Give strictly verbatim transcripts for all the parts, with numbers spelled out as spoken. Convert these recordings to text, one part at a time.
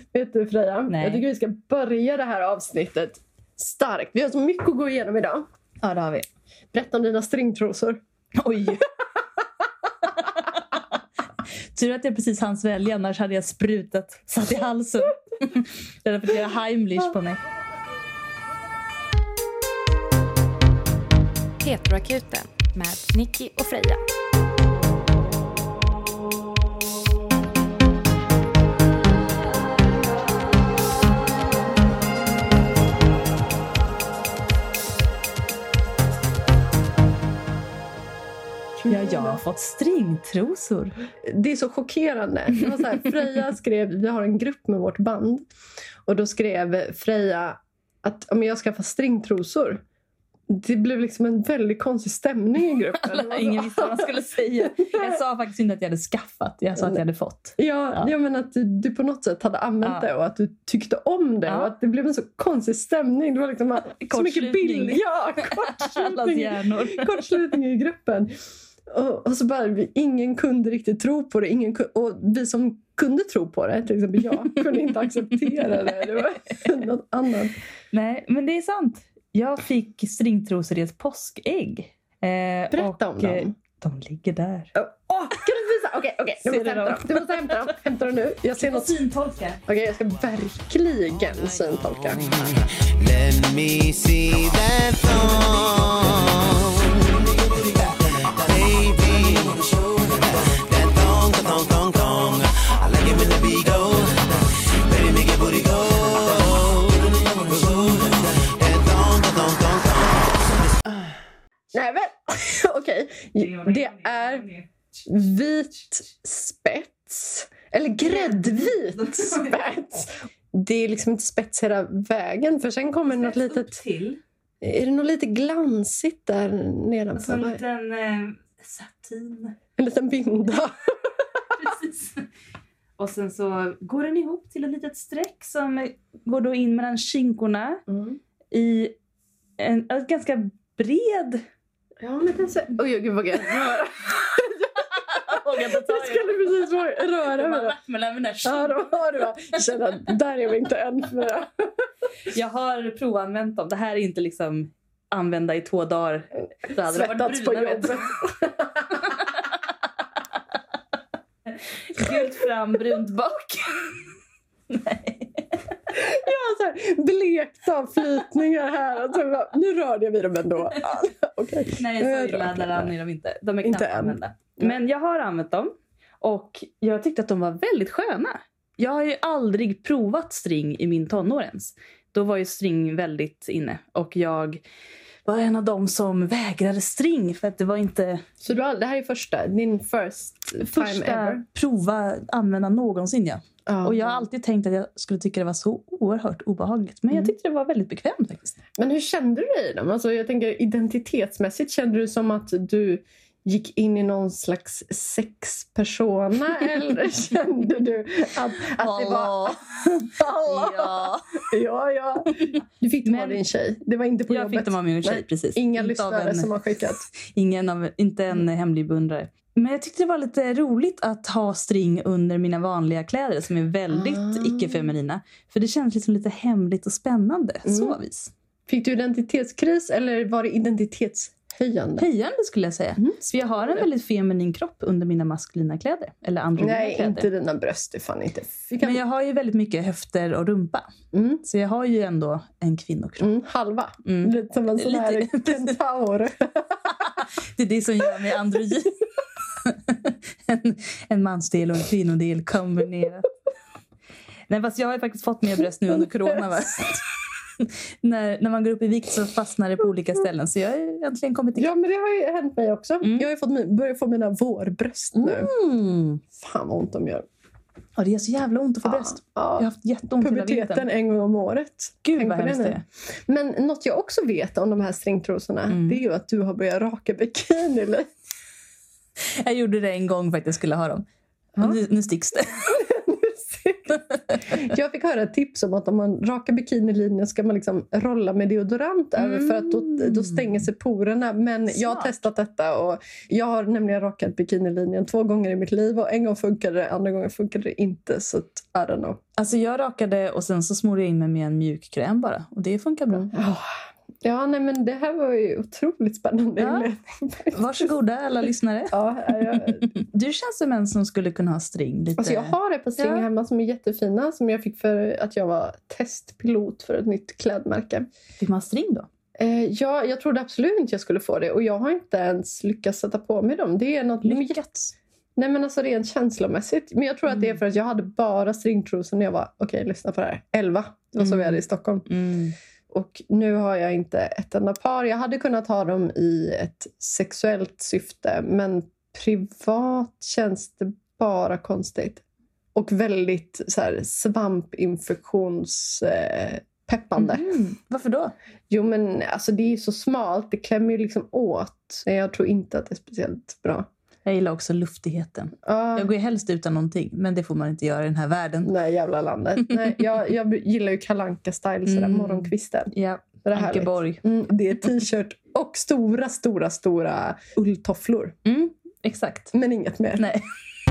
Vet du Freja? Nej. Jag tycker vi ska börja det här avsnittet starkt. Vi har så mycket att gå igenom idag. Ja, det har vi. Berätta om dina stringtrosor. Oj. Tur att jag precis hans välja, annars hade jag sprutat satt i halsen. Det hade fått göra Heimlich på mig. Heteroakuten med Nicky och Freja. Ja, jag har fått stringtrosor. Det är så chockerande. Det var så här, Freja skrev, vi har en grupp med vårt band. Och då skrev Freja att om jag skaffar stringtrosor. Det blev liksom en väldigt konstig stämning i gruppen. Ingen visste vad man skulle säga. Jag sa faktiskt inte att jag hade skaffat. Jag sa att jag hade fått. Ja, Ja. ja men att du, du på något sätt hade använt Ja. det. Och att du tyckte om det. Ja. Och att det blev en så konstig stämning. Det var liksom att, så mycket bild. Ja, Allas kortslutning, hjärnor. kortslutning i gruppen. Och, och så bara, vi, ingen kunde riktigt tro på det. Ingen, ku- och vi som kunde tro på det, till exempel jag, kunde inte acceptera det. Det var något annat. Nej, men det är sant. Jag fick stringtrosor i ett påskägg. Eh, Berätta och, om dem. eh, De ligger där. Åh, oh, kan du visa? Okej, okej. Du Ser måste du hämta dem? dem. Du måste hämta dem. Hämta dem nu. Jag ser något. Syntolka. Okej, jag ska verkligen syntolka. Let me see that thong, baby. That thong, thong, thong, thong. I like it when the beat go. Baby, make your booty go. That thong, thong, thong, thong. Nej, men okej. Det är vit spets. Eller gräddvit spets. Det är liksom inte spets hela vägen. För sen kommer något litet... till. Är det något lite glansigt där nedanför? En liten eh, satin. En liten binda. Precis. Och sen så går den ihop till ett litet streck som går då in mellan skinkorna Mm. i en, en ganska bred... Ja, men den så... Oj, gud vad jag röra. Jag vågar inte ta Jag skulle precis röra De har mig. varit mellan mina Ja, kinder. då har du. Jag känner att där är vi inte än. För det. Jag har provanvänt dem. Det här är inte liksom använda i två dagar. Så hade det varit Svettats på bruna, vet du. jobbet. Gult fram, brunt bak. Nej. Jag har så här blekta flytningar här. Och så bara, nu rörde jag vid dem ändå. Okej. Nej, Jag så illa rör där är de inte. De är Inte knappt än. använda. Men jag har använt dem. Och jag tyckte att de var väldigt sköna. Jag har ju aldrig provat string i min tonår ens. Då var ju string väldigt inne. Och jag var en av dem som vägrade string. För att det var inte Så du har, det här är första, din first time första ever. prova använda någonsin. Ja. Ja. Och jag har alltid tänkt att jag skulle tycka det var så oerhört obehagligt. Men jag tyckte det var väldigt bekvämt faktiskt. Men hur kände du dig i dem? Alltså, jag tänker identitetsmässigt, kände du som att du gick in i någon slags sexpersona? Eller kände du att, att det var... Hallå! Ja. Ja, ja. Du fick dem av Men- din tjej. Det var inte på Jag jobbet. fick dem av min tjej, Nej, precis. Inga Inte av lyssnare en- som har skickat. Ingen av, inte en hemlig beundrare. Men jag tyckte det var lite roligt att ha string under mina vanliga kläder som är väldigt Ah. icke-feminina. För det känns liksom lite hemligt och spännande. Mm. Så vis. Fick du identitetskris eller var det identitetshöjande? Höjande skulle jag säga. Mm. För jag har en väldigt feminin kropp under mina maskulina kläder. Eller androgyna Nej, kläder. inte dina bröst. Det är fan inte. Vi kan... Men jag har ju väldigt mycket höfter och rumpa. Mm. Så jag har ju ändå en kvinnokropp. Mm, halva. Mm. Lite som en sån här Lite. kentaur. Det är det som gör mig androgyn. en, en mansdel och en kvinnodel kombinerat. Nej, fast jag har ju faktiskt fått mer bröst nu under corona. Va? när, när man går upp i vikt så fastnar det på olika ställen. Så jag har äntligen kommit till. Ja, men det har ju hänt mig också. Mm. Jag har ju fått, min- börjat få mina vårbröst nu. Mm. Fan vad ont de gör. Ja, det gör så jävla ont att få bröst. Jag har Ja. haft jätteont hela Puberteten vintern. en gång om året. Gud Tänk vad på det hemskt nu. det är. Men något jag också vet om de här stringtrosorna, Mm. det är ju att du har börjat raka bikini lite. Jag gjorde det en gång för att jag skulle ha dem. Ja. Nu, nu sticks det. åsikt. Jag fick höra ett tips om att om man rakar bikinilinjen ska man liksom rolla med deodorant över Mm. för att då, då stänger sig porerna. Men jag har Smart. testat detta och jag har nämligen rakat bikinilinjen två gånger i mitt liv och en gång funkade det, andra gången funkade det inte, så att, I don't know. Alltså jag rakade och sen så smorde jag in mig med en mjuk kräm bara. Och det funkar bra. Oh. Ja, nej, men det här var ju otroligt spännande. Ja. Varsågoda alla lyssnare. Ja, jag, Du känns som en som skulle kunna ha string lite. alltså jag har ett par string Ja. hemma som är jättefina som jag fick för att jag var testpilot för ett nytt klädmärke. Fick man string då? Eh, ja, jag trodde absolut inte jag skulle få det och jag har inte ens lyckats sätta på mig dem. Det är något Lyckats. Nej, men alltså rent känslomässigt. Men jag tror att det är för att jag hade bara stringtrosor när jag var, okej, okay, lyssna på det här, elva. Det var så Mm. vi hade i Stockholm. Mm. Och nu har jag inte ett enda par. Jag hade kunnat ha dem i ett sexuellt syfte. Men privat känns det bara konstigt. Och väldigt så här, svampinfektionspeppande. Eh, Mm. Varför då? Jo, men alltså, det är ju så smalt. Det klämmer ju liksom åt. Jag tror inte att det är speciellt bra. Jag gillar också luftigheten. Ah. Jag går ju helst utan någonting. Men det får man inte göra i den här världen. Nej, jävla landet. Nej, jag, jag gillar ju Kalle Anka-style, sådär, Mm. morgonkvisten. Ja, Det är härligt. Ankeborg. Mm, det är t-shirt och stora, stora, stora ulltofflor. Mm, exakt. Men inget mer. Nej.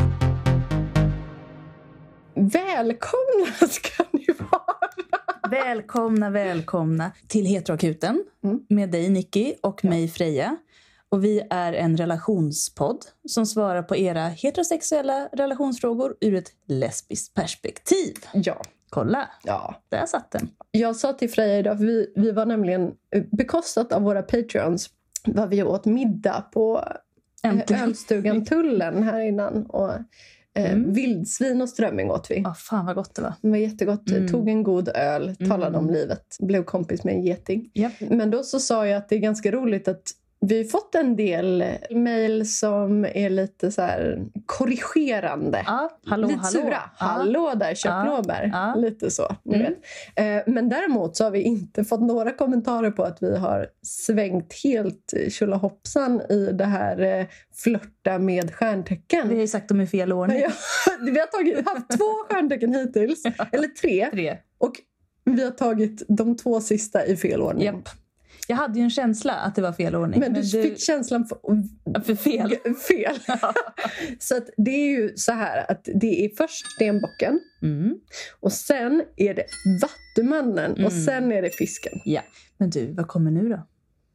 Välkomna ska ni vara! Välkomna, välkomna till Heteroakuten. Mm. Med dig Nicky och mig Freja. Och vi är en relationspodd som svarar på era heterosexuella relationsfrågor ur ett lesbiskt perspektiv. Ja, Kolla, ja. där satt den. Jag sa till Freja idag, för vi, vi var nämligen bekostat av våra Patreons. Var vi åt middag på Äntligen. ölstugan Tullen här innan. Och eh, Mm. vildsvin och strömming åt vi. Ja, fan vad gott det var. Det var jättegott. Mm. Tog en god öl, talade Mm. om livet. Blev kompis med en geting. Japp. Men då så sa jag att det är ganska roligt att vi har fått en del mejl som är lite så här korrigerande. Ja, hallå, lite hallå. sura. Ja. Hallå där, köp Ja. blåbär. Ja. Lite så, ni Mm. vet. Eh, men däremot så har vi inte fått några kommentarer på att vi har svängt helt tjolahoppsan i det här eh, flörta med stjärntecken. Vi har ju sagt dem i fel ordning. Ja, vi har tagit, haft två stjärntecken hittills, eller tre. Tre. Och vi har tagit de två sista i fel ordning. Japp. Jag hade ju en känsla att det var fel ordning. Men, du fick känslan för, för fel. fel. Så att det är ju så här att det är först stenbocken Mm. och sen är det vattumannen och Mm. sen är det fisken. Ja, men du, vad kommer nu då?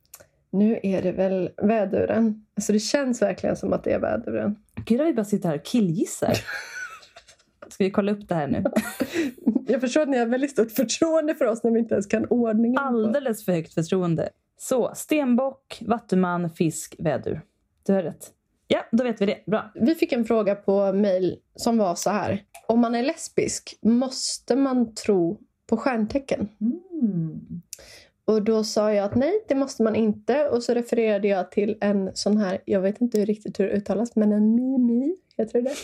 Nu är det väl väduren. Alltså det känns verkligen som att det är väduren. Gud, vi bara sitter här och killgissar. Ska vi kolla upp det här nu? Jag förstår att ni har väldigt stort förtroende för oss när vi inte ens kan ordningen. Alldeles för högt förtroende. Så, stenbock, vattuman, fisk, vädur. Du har rätt. Ja, då vet vi det. Bra. Vi fick en fråga på mejl som var så här. Om man är lesbisk, måste man tro på stjärntecken? Mm. Och då sa jag att nej, det måste man inte. Och så refererade jag till en sån här, jag vet inte hur riktigt hur det uttalas, men en mimi, heter det det?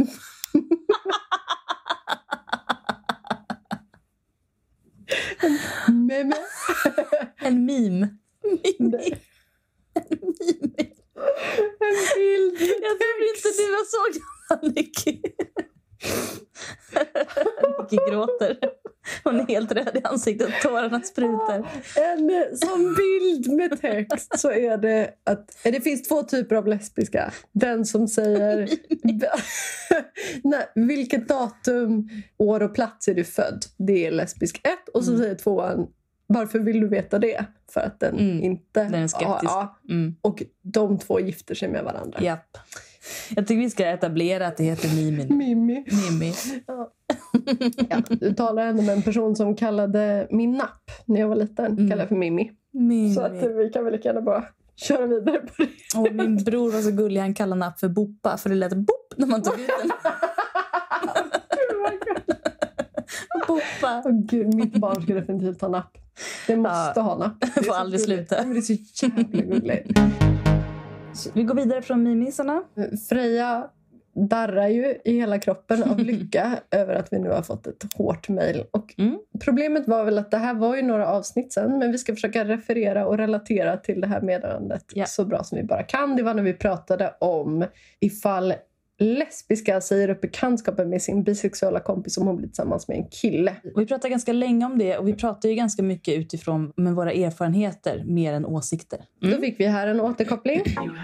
en meme. En meme. Nej. En meme. En bild. Jag tror inte du var så gammal, Nicky. Nicky gråter. Hon är helt röd i ansiktet. Tårarna sprutar. En som bild med text så är det att det finns två typer av lesbiska. Den som säger nej, vilket datum, år och plats är du född. Det är lesbisk ett. Och så Mm. säger tvåan, varför vill du veta det? För att den Mm. inte... Den är skeptisk. Ja, ja. Mm. Och de två gifter sig med varandra. Japp. Jag tycker vi ska etablera att det heter Mimi. Mimi. Mimi. Ja. Ja, du talar ändå med en person som kallade min napp när jag var liten. Mm. Kallade för Mimi. Mimi. Så att vi kan väl lika gärna bara köra vidare på det. Och min bror var så gullig. Han kallade napp för Boppa. För det lät bopp när man tog ut den. Boppa. Åh gud, mitt barn ska definitivt ha napp. Det måste Ja. ha napp. Det Får är så aldrig gulligt. sluta. Men det är så jävla gulligt. Vi går vidare från mimisarna. Freja darrar ju i hela kroppen av lycka över att vi nu har fått ett hårt mejl. Och Mm. problemet var väl att det här var ju några avsnitt sen, men vi ska försöka referera och relatera till det här meddelandet Ja. så bra som vi bara kan. Det var när vi pratade om ifall lesbiska säger upp bekantskapen med sin bisexuella kompis som hon blir tillsammans med en kille. Och vi pratar ganska länge om det och vi pratar ju ganska mycket utifrån med våra erfarenheter mer än åsikter. Mm. Då fick vi här en återkoppling.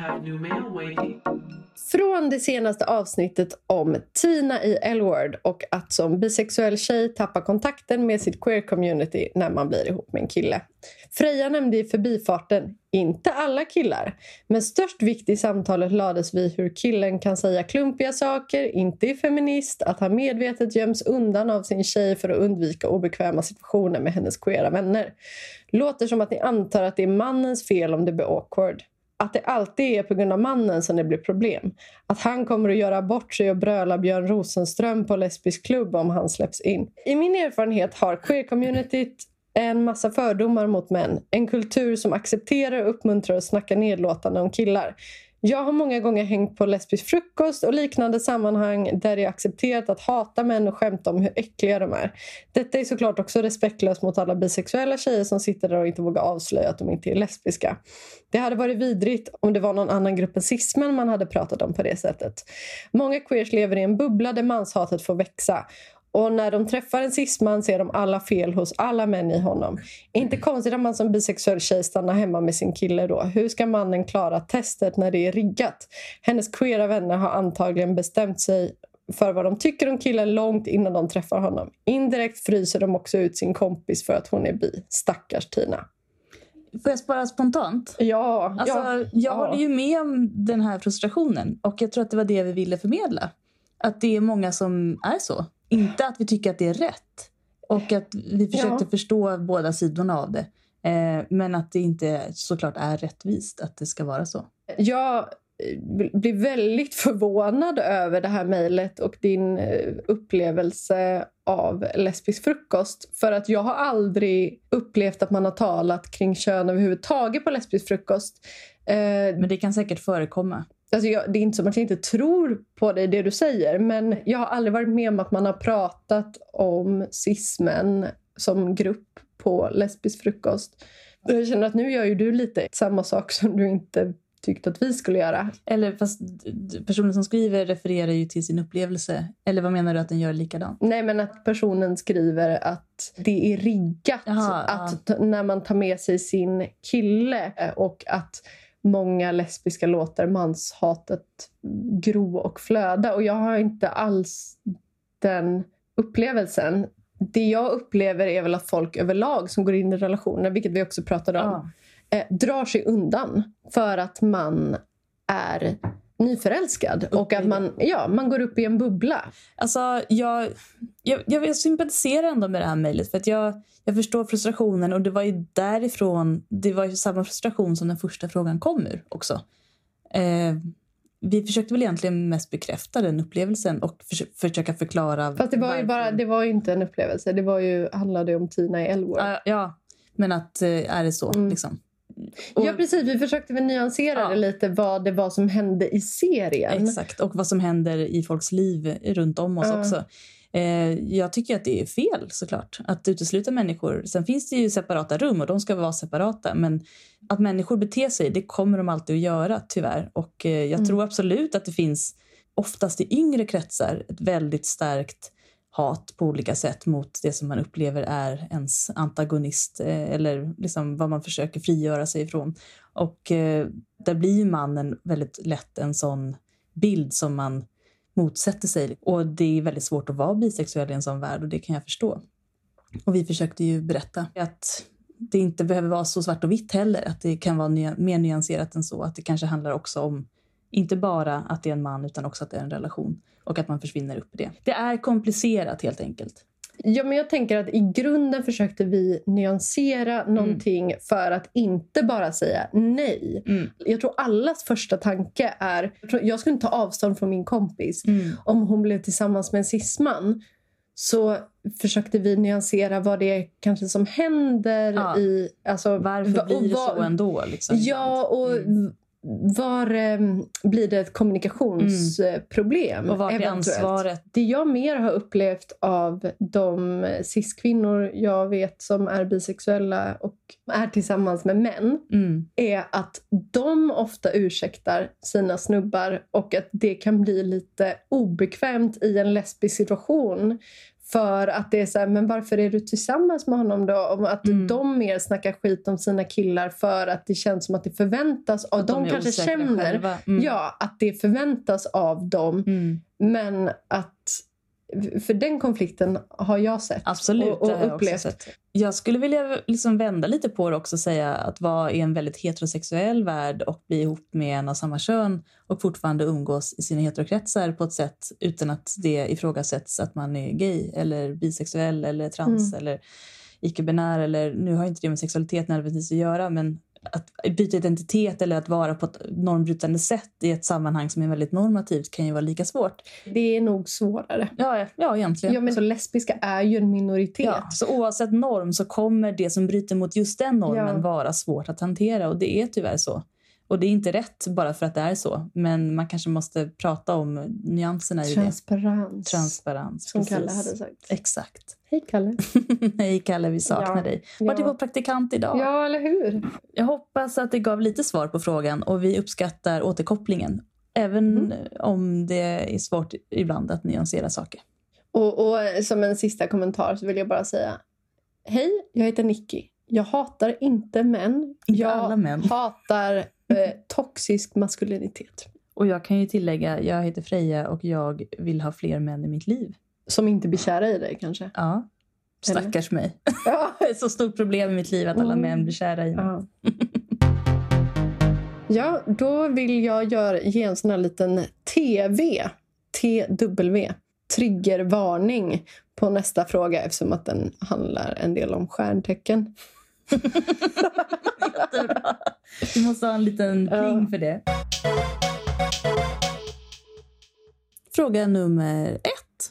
Från det senaste avsnittet om Tina i L-Word och att som bisexuell tjej tappa kontakten med sitt queer-community när man blir ihop med en kille. Freja nämnde i förbifarten, inte alla killar. Men störst vikt i samtalet lades vid hur killen kan säga klumpiga saker, inte är feminist, att han medvetet göms undan av sin tjej för att undvika obekväma situationer med hennes queera vänner. Låter som att ni antar att det är mannens fel om det blir awkward. Att det alltid är på grund av mannen som det blir problem. Att han kommer att göra bort sig och bröla Björn Rosenström på lesbisk klubb om han släpps in. I min erfarenhet har queer-communityt en massa fördomar mot män. En kultur som accepterar och uppmuntrar att snacka nedlåtande om killar. Jag har många gånger hängt på lesbisk frukost och liknande sammanhang där det är accepterat att hata män och skämta om hur äckliga de är. Detta är såklart också respektlöst mot alla bisexuella tjejer som sitter där och inte vågar avslöja att de inte är lesbiska. Det hade varit vidrigt om det var någon annan grupp än cismen man hade pratat om på det sättet. Många queers lever i en bubbla där manshatet får växa. Och när de träffar en cisman ser de alla fel hos alla män i honom. Inte konstigt att man som bisexuell tjej stannar hemma med sin kille då. Hur ska mannen klara testet när det är riggat? Hennes queera vänner har antagligen bestämt sig för vad de tycker om killen långt innan de träffar honom. Indirekt fryser de också ut sin kompis för att hon är bi. Stackars Tina. Får jag spara spontant? Ja. Alltså, ja, jag ja. håller ju med om den här frustrationen. Och jag tror att det var det vi ville förmedla. Att det är många som är så. Inte att vi tycker att det är rätt. Och att vi försökte ja. förstå båda sidorna av det. Eh, men att det inte såklart är rättvist att det ska vara så. Jag blir väldigt förvånad över det här mejlet och din upplevelse av lesbisk frukost. För att jag har aldrig upplevt att man har talat kring kön överhuvudtaget på lesbisk frukost. Eh, men det kan säkert förekomma. Alltså jag, det är inte som att jag inte tror på dig, det du säger. Men jag har aldrig varit med om att man har pratat om cismen som grupp på lesbisk frukost. Jag känner att nu gör ju du lite samma sak som du inte tyckte att vi skulle göra. Eller fast personen som skriver refererar ju till sin upplevelse. Eller vad menar du att den gör likadant? Nej, men att personen skriver att det är riggat. Jaha, att ja. när man tar med sig sin kille och att många lesbiska låter manshatet gro och flöda. Och jag har inte alls den upplevelsen. Det jag upplever är väl att folk överlag som går in i relationer, vilket vi också pratade om, Ja. eh, drar sig undan för att man är nyförälskad. Upp och att man, ja, man går upp i en bubbla. Alltså, jag, jag, jag sympatiserar ändå med det här mejlet. För att jag, jag förstår frustrationen. Och det var ju därifrån, det var ju samma frustration som den första frågan kom ur också. Eh, vi försökte väl egentligen mest bekräfta den upplevelsen och för, försöka förklara. Fast det var ju bara, det var ju inte en upplevelse. Det var ju, handlade om Tina i L-Word. Ja, ja, men att eh, är det så Mm. liksom. Och, ja, precis. Vi försökte väl nyansera Ja. det lite vad det var som hände i serien. Exakt, och vad som händer i folks liv runt om oss Ja. också. Eh, jag tycker att det är fel såklart att utesluta människor. Sen finns det ju separata rum och de ska vara separata. Men att människor beter sig, det kommer de alltid att göra tyvärr. Och eh, jag Mm. tror absolut att det finns, oftast i yngre kretsar, ett väldigt starkt hat på olika sätt mot det som man upplever är ens antagonist. Eh, eller liksom vad man försöker frigöra sig ifrån. Och eh, där blir ju mannen väldigt lätt en sån bild som man motsätter sig. Och det är väldigt svårt att vara bisexuell i en sån värld och det kan jag förstå. Och vi försökte ju berätta att det inte behöver vara så svart och vitt heller. Att det kan vara ny- mer nyanserat än så. Att det kanske handlar också om inte bara att det är en man utan också att det är en relation. Och att man försvinner upp i det. Det är komplicerat helt enkelt. Ja, men jag tänker att i grunden försökte vi nyansera mm. någonting för att inte bara säga nej. Mm. Jag tror allas första tanke är, jag, tror, jag skulle inte ta avstånd från min kompis. Mm. Om hon blev tillsammans med en cisman så försökte vi nyansera vad det är kanske som händer Ja. i... Alltså, Varför va, blir det va, så ändå? Liksom, ja, och mm. var eh, blir det ett kommunikationsproblem? Mm. Och vad är eventuellt? ansvaret? Det jag mer har upplevt av de cis-kvinnor jag vet som är bisexuella och är tillsammans med män Mm. är att de ofta ursäktar sina snubbar och att det kan bli lite obekvämt i en lesbisk situation. För att det är så här, men varför är du tillsammans med honom då? Om att Mm. de mer snackar skit om sina killar för att det känns som att det förväntas av Att de de är kanske osäkra känner. själva. Mm. Ja, att det förväntas av dem. Mm. Men att, för den konflikten har jag sett. Absolut, och, och det har jag upplevt. också sett. Jag skulle vilja liksom vända lite på det också och säga att vara i en väldigt heterosexuell värld och bli ihop med en av samma kön och fortfarande umgås i sina heterokretsar på ett sätt utan att det ifrågasätts att man är gay eller bisexuell eller trans Mm. eller icke-binär eller, nu har inte det med sexualitet nödvändigtvis att göra, men att byta identitet eller att vara på ett normbrytande sätt i ett sammanhang som är väldigt normativt kan ju vara lika svårt. Det är nog svårare. Ja, ja egentligen. Ja, men så lesbiska är ju en minoritet. Ja, så oavsett norm så kommer det som bryter mot just den normen Ja. vara svårt att hantera, och det är tyvärr så. Och det är inte rätt bara för att det är så, men man kanske måste prata om nyanserna i Transparens. det. Transparens. Som precis. Kalle hade sagt. Exakt. Hej Kalle. Hej Kalle, vi saknar Ja. dig. Vart är Ja. vår praktikant idag? Ja, eller hur? Jag hoppas att det gav lite svar på frågan och vi uppskattar återkopplingen. Även Mm. om det är svårt ibland att nyansera saker. Och, och som en sista kommentar så vill jag bara säga: hej, jag heter Nicky. Jag hatar inte män. Inte jag alla män. hatar eh, toxisk maskulinitet. Och jag kan ju tillägga, jag heter Freja och jag vill ha fler män i mitt liv. Som inte blir kära i dig kanske. Ja, stackars mig. Ja. Det är ett så stort problem i mitt liv att alla Mm. män blir kära i mig. Ja. Ja, då vill jag göra, ge en sån här liten T V. T W. Triggervarning på nästa fråga eftersom att den handlar en del om stjärntecken. Jättebra. Du måste ha en liten pling Ja. för det. Fråga nummer ett.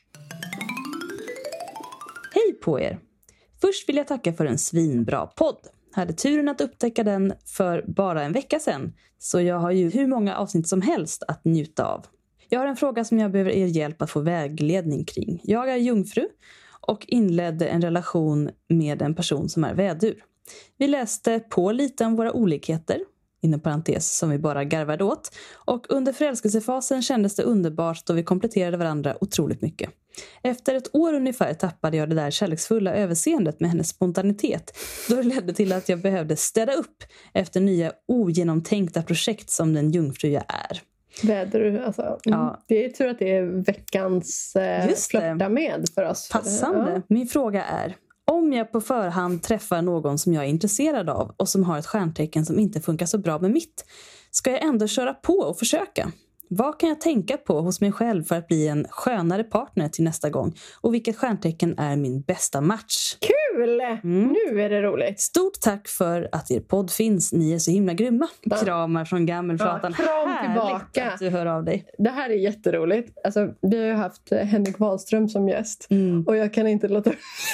Hej på er. Först vill jag tacka för en svinbra podd. Hade turen att upptäcka den för bara en vecka sedan, så jag har ju hur många avsnitt som helst att njuta av. Jag har en fråga som jag behöver er hjälp att få vägledning kring. Jag är jungfru och inledde en relation med en person som är vädur. Vi läste på lite om våra olikheter, inom parentes som vi bara garvade åt, och under förälskelsefasen kändes det underbart då vi kompletterade varandra otroligt mycket. Efter ett år ungefär tappade jag det där kärleksfulla överseendet med hennes spontanitet, då det ledde till att jag behövde städa upp efter nya ogenomtänkta projekt som den jungfru jag är. Väder, alltså. Mm. Ja. Det är tur att det är veckans eh, Just det. flörta med för oss. Passande. Ja. Min fråga är: om jag på förhand träffar någon som jag är intresserad av och som har ett stjärntecken som inte funkar så bra med mitt, ska jag ändå köra på och försöka? Vad kan jag tänka på hos mig själv för att bli en skönare partner till nästa gång? Och vilket stjärntecken är min bästa match? Kul! Mm. Nu är det roligt. Stort tack för att er podd finns. Ni är så himla grymma. Va? Kramar från gammelflatan. Ja, kram Härligt tillbaka. att du hör av dig. Det här är jätteroligt. Alltså, vi har ju haft eh, Henrik Wahlström som gäst. Mm. Och jag kan inte låta...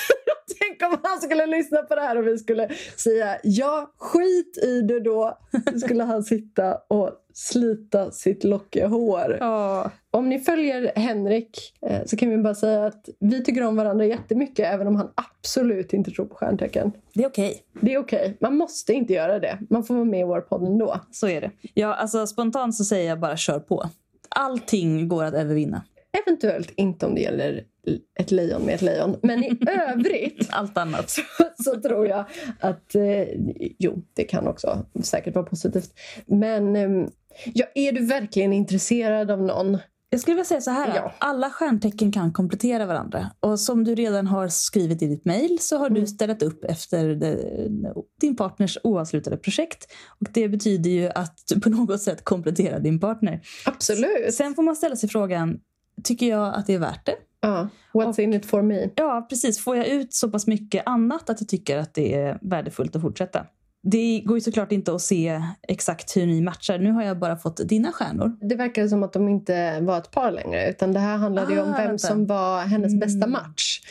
Tänk om han skulle lyssna på det här och vi skulle säga ja, skit i det då. Då skulle han sitta och slita sitt lockiga hår. Ja. Om ni följer Henrik eh, så kan vi bara säga att vi tycker om varandra jättemycket även om han absolut inte tror på stjärntecken. Det är okej. Det är okej. Man måste inte göra det. Man får vara med i vår podd ändå. Så är det. Ja, alltså spontant så säger jag bara kör på. Allting går att övervinna. Eventuellt inte om det gäller ett lejon med ett lejon. Men i övrigt Allt annat. så, så tror jag att eh, jo, det kan också säkert vara positivt. Men eh, ja, är du verkligen intresserad av någon? Jag skulle vilja säga så här. Ja. Alla stjärntecken kan komplettera varandra. Och som du redan har skrivit i ditt mejl så har Mm. du ställt upp efter det, din partners oavslutade projekt. Och det betyder ju att du på något sätt kompletterar din partner. Absolut. Sen får man ställa sig frågan, tycker jag att det är värt det? Ja, what's Och- in it for me? Ja, precis. Får jag ut så pass mycket annat att jag tycker att det är värdefullt att fortsätta? Det går ju såklart inte att se exakt hur ni matchar. Nu har jag bara fått dina stjärnor. Det verkar som att de inte var ett par längre. Utan det här handlade ju om Ah, vem vänta. som var hennes Mm. bästa match.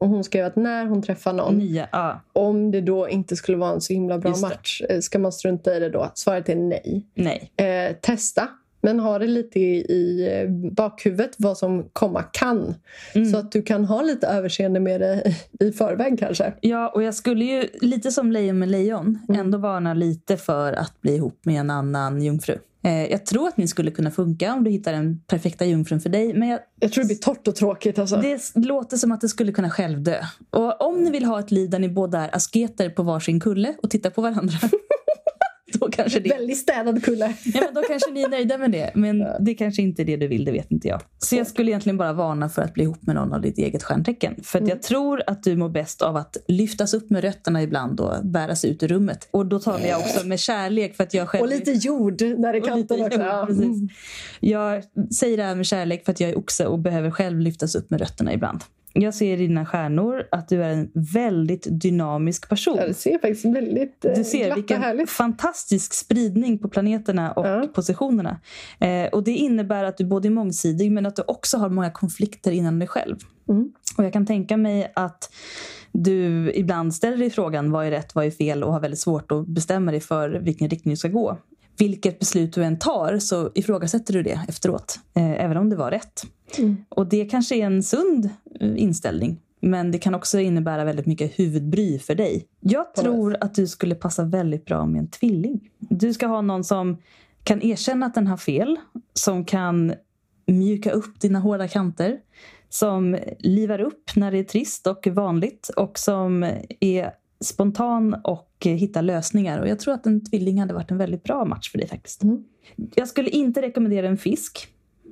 Och hon skrev att när hon träffar någon, Nya, ja. om det då inte skulle vara en så himla bra match, ska man strunta i det då? Svaret är nej. Nej. Eh, testa. Men ha det lite i, i bakhuvudet vad som komma kan. Mm. Så att du kan ha lite överseende med det i förväg kanske. Ja, och jag skulle ju lite som lejon med lejon mm. ändå varna lite för att bli ihop med en annan jungfru. Eh, jag tror att ni skulle kunna funka om du hittar den perfekta jungfrun för dig. Men jag, jag tror det blir torrt och tråkigt. Alltså. Det låter som att det skulle kunna självdö. Och om ni vill ha ett liv där ni båda är asketer på varsin kulle och tittar på varandra... Då kanske det... Väldigt städad kulle. Ja, men då kanske ni är nöjda med det. Men ja. Det kanske inte är det du vill, det vet inte jag. Så jag skulle egentligen bara varna för att bli ihop med någon av ditt eget stjärntecken. För att mm. jag tror att du mår bäst av att lyftas upp med rötterna ibland och bäras ut ur rummet. Och då talar jag också med kärlek för att jag själv... Och lite jord när det kan också. Jord, ja. Precis. Jag säger det här med kärlek för att jag är oxe och behöver själv lyftas upp med rötterna ibland. Jag ser i dina stjärnor att du är en väldigt dynamisk person. Ja, det ser faktiskt väldigt eh, Du ser vilken härligt. Fantastisk spridning på planeterna och ja. Positionerna. Eh, och det innebär att du både är mångsidig men att du också har många konflikter inom dig själv. Mm. Och jag kan tänka mig att du ibland ställer dig frågan vad är rätt, vad är fel och har väldigt svårt att bestämma dig för vilken riktning du ska gå. Vilket beslut du än tar så ifrågasätter du det efteråt. Eh, även om det var rätt. Mm. Och det kanske är en sund inställning. Men det kan också innebära väldigt mycket huvudbry för dig. Jag tror att du skulle passa väldigt bra med en tvilling. Du ska ha någon som kan erkänna att den har fel. Som kan mjuka upp dina hårda kanter. Som livar upp när det är trist och vanligt. Och som är spontan och hittar lösningar. Och jag tror att en tvilling hade varit en väldigt bra match för dig faktiskt. Mm. Jag skulle inte rekommendera en fisk.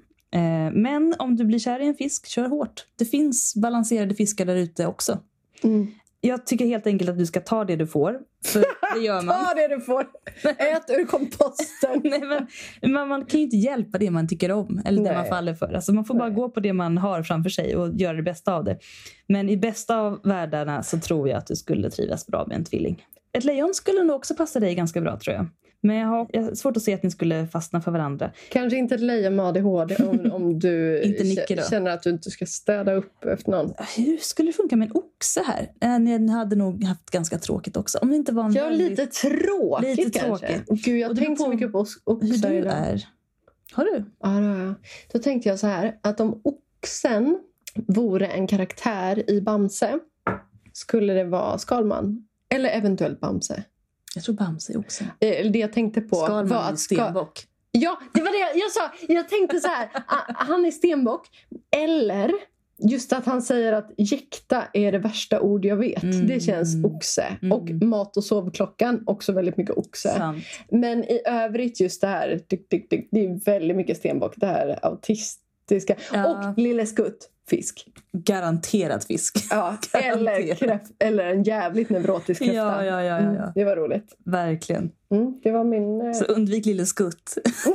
Men om du blir kär i en fisk, kör hårt. Det finns balanserade fiskar där ute också. Mm. Jag tycker helt enkelt att du ska ta det du får. För det gör man. Ta det du får. Ät ur komposten. Nej, men man, man kan ju inte hjälpa det man tycker om. Eller Nej. Det man faller för. Alltså man får bara Nej. Gå på det man har framför sig och göra det bästa av det. Men i bästa av världarna så tror jag att du skulle trivas bra med en tvilling. Ett lejon skulle nog också passa dig ganska bra, tror jag. Men jag har, jag har svårt att se att ni skulle fastna för varandra. Kanske inte ett lejon med A D H D om, om du inte Nicke då. Känner att du inte ska städa upp efter någon. Hur skulle det funka med en oxe här? Äh, ni hade nog haft ganska tråkigt också. Om det inte var en ja, väldigt... lite tråkigt lite kanske. Tråkigt. Gud, jag har tänkt så mycket på oxar hur du idag. är. Har du? Ja, det har jag. Då tänkte jag så här. Att om oxen vore en karaktär i Bamse skulle det vara Skalman. Eller eventuellt Bamse. Jag tror Bamse också. Det jag tänkte på Skalman var att ska... stenbock. Ja, det var det jag, jag sa. Jag tänkte så här. Han är stenbock. Eller just att han säger att jäkta är det värsta ord jag vet. Mm. Det känns oxe. Mm. Och mat- och sovklockan också väldigt mycket oxe. Sant. Men i övrigt just det här. Dyk, dyk, dyk, det är väldigt mycket stenbock. Det här autistiska. Ja. Och lille skutt. Fisk. Garanterad fisk. Ja, eller, kräft, eller en jävligt nevrotisk kräfta. Ja, ja, ja, ja, ja. Mm, det var roligt. Verkligen. Mm, det var min... Eh... Så undvik lille skutt.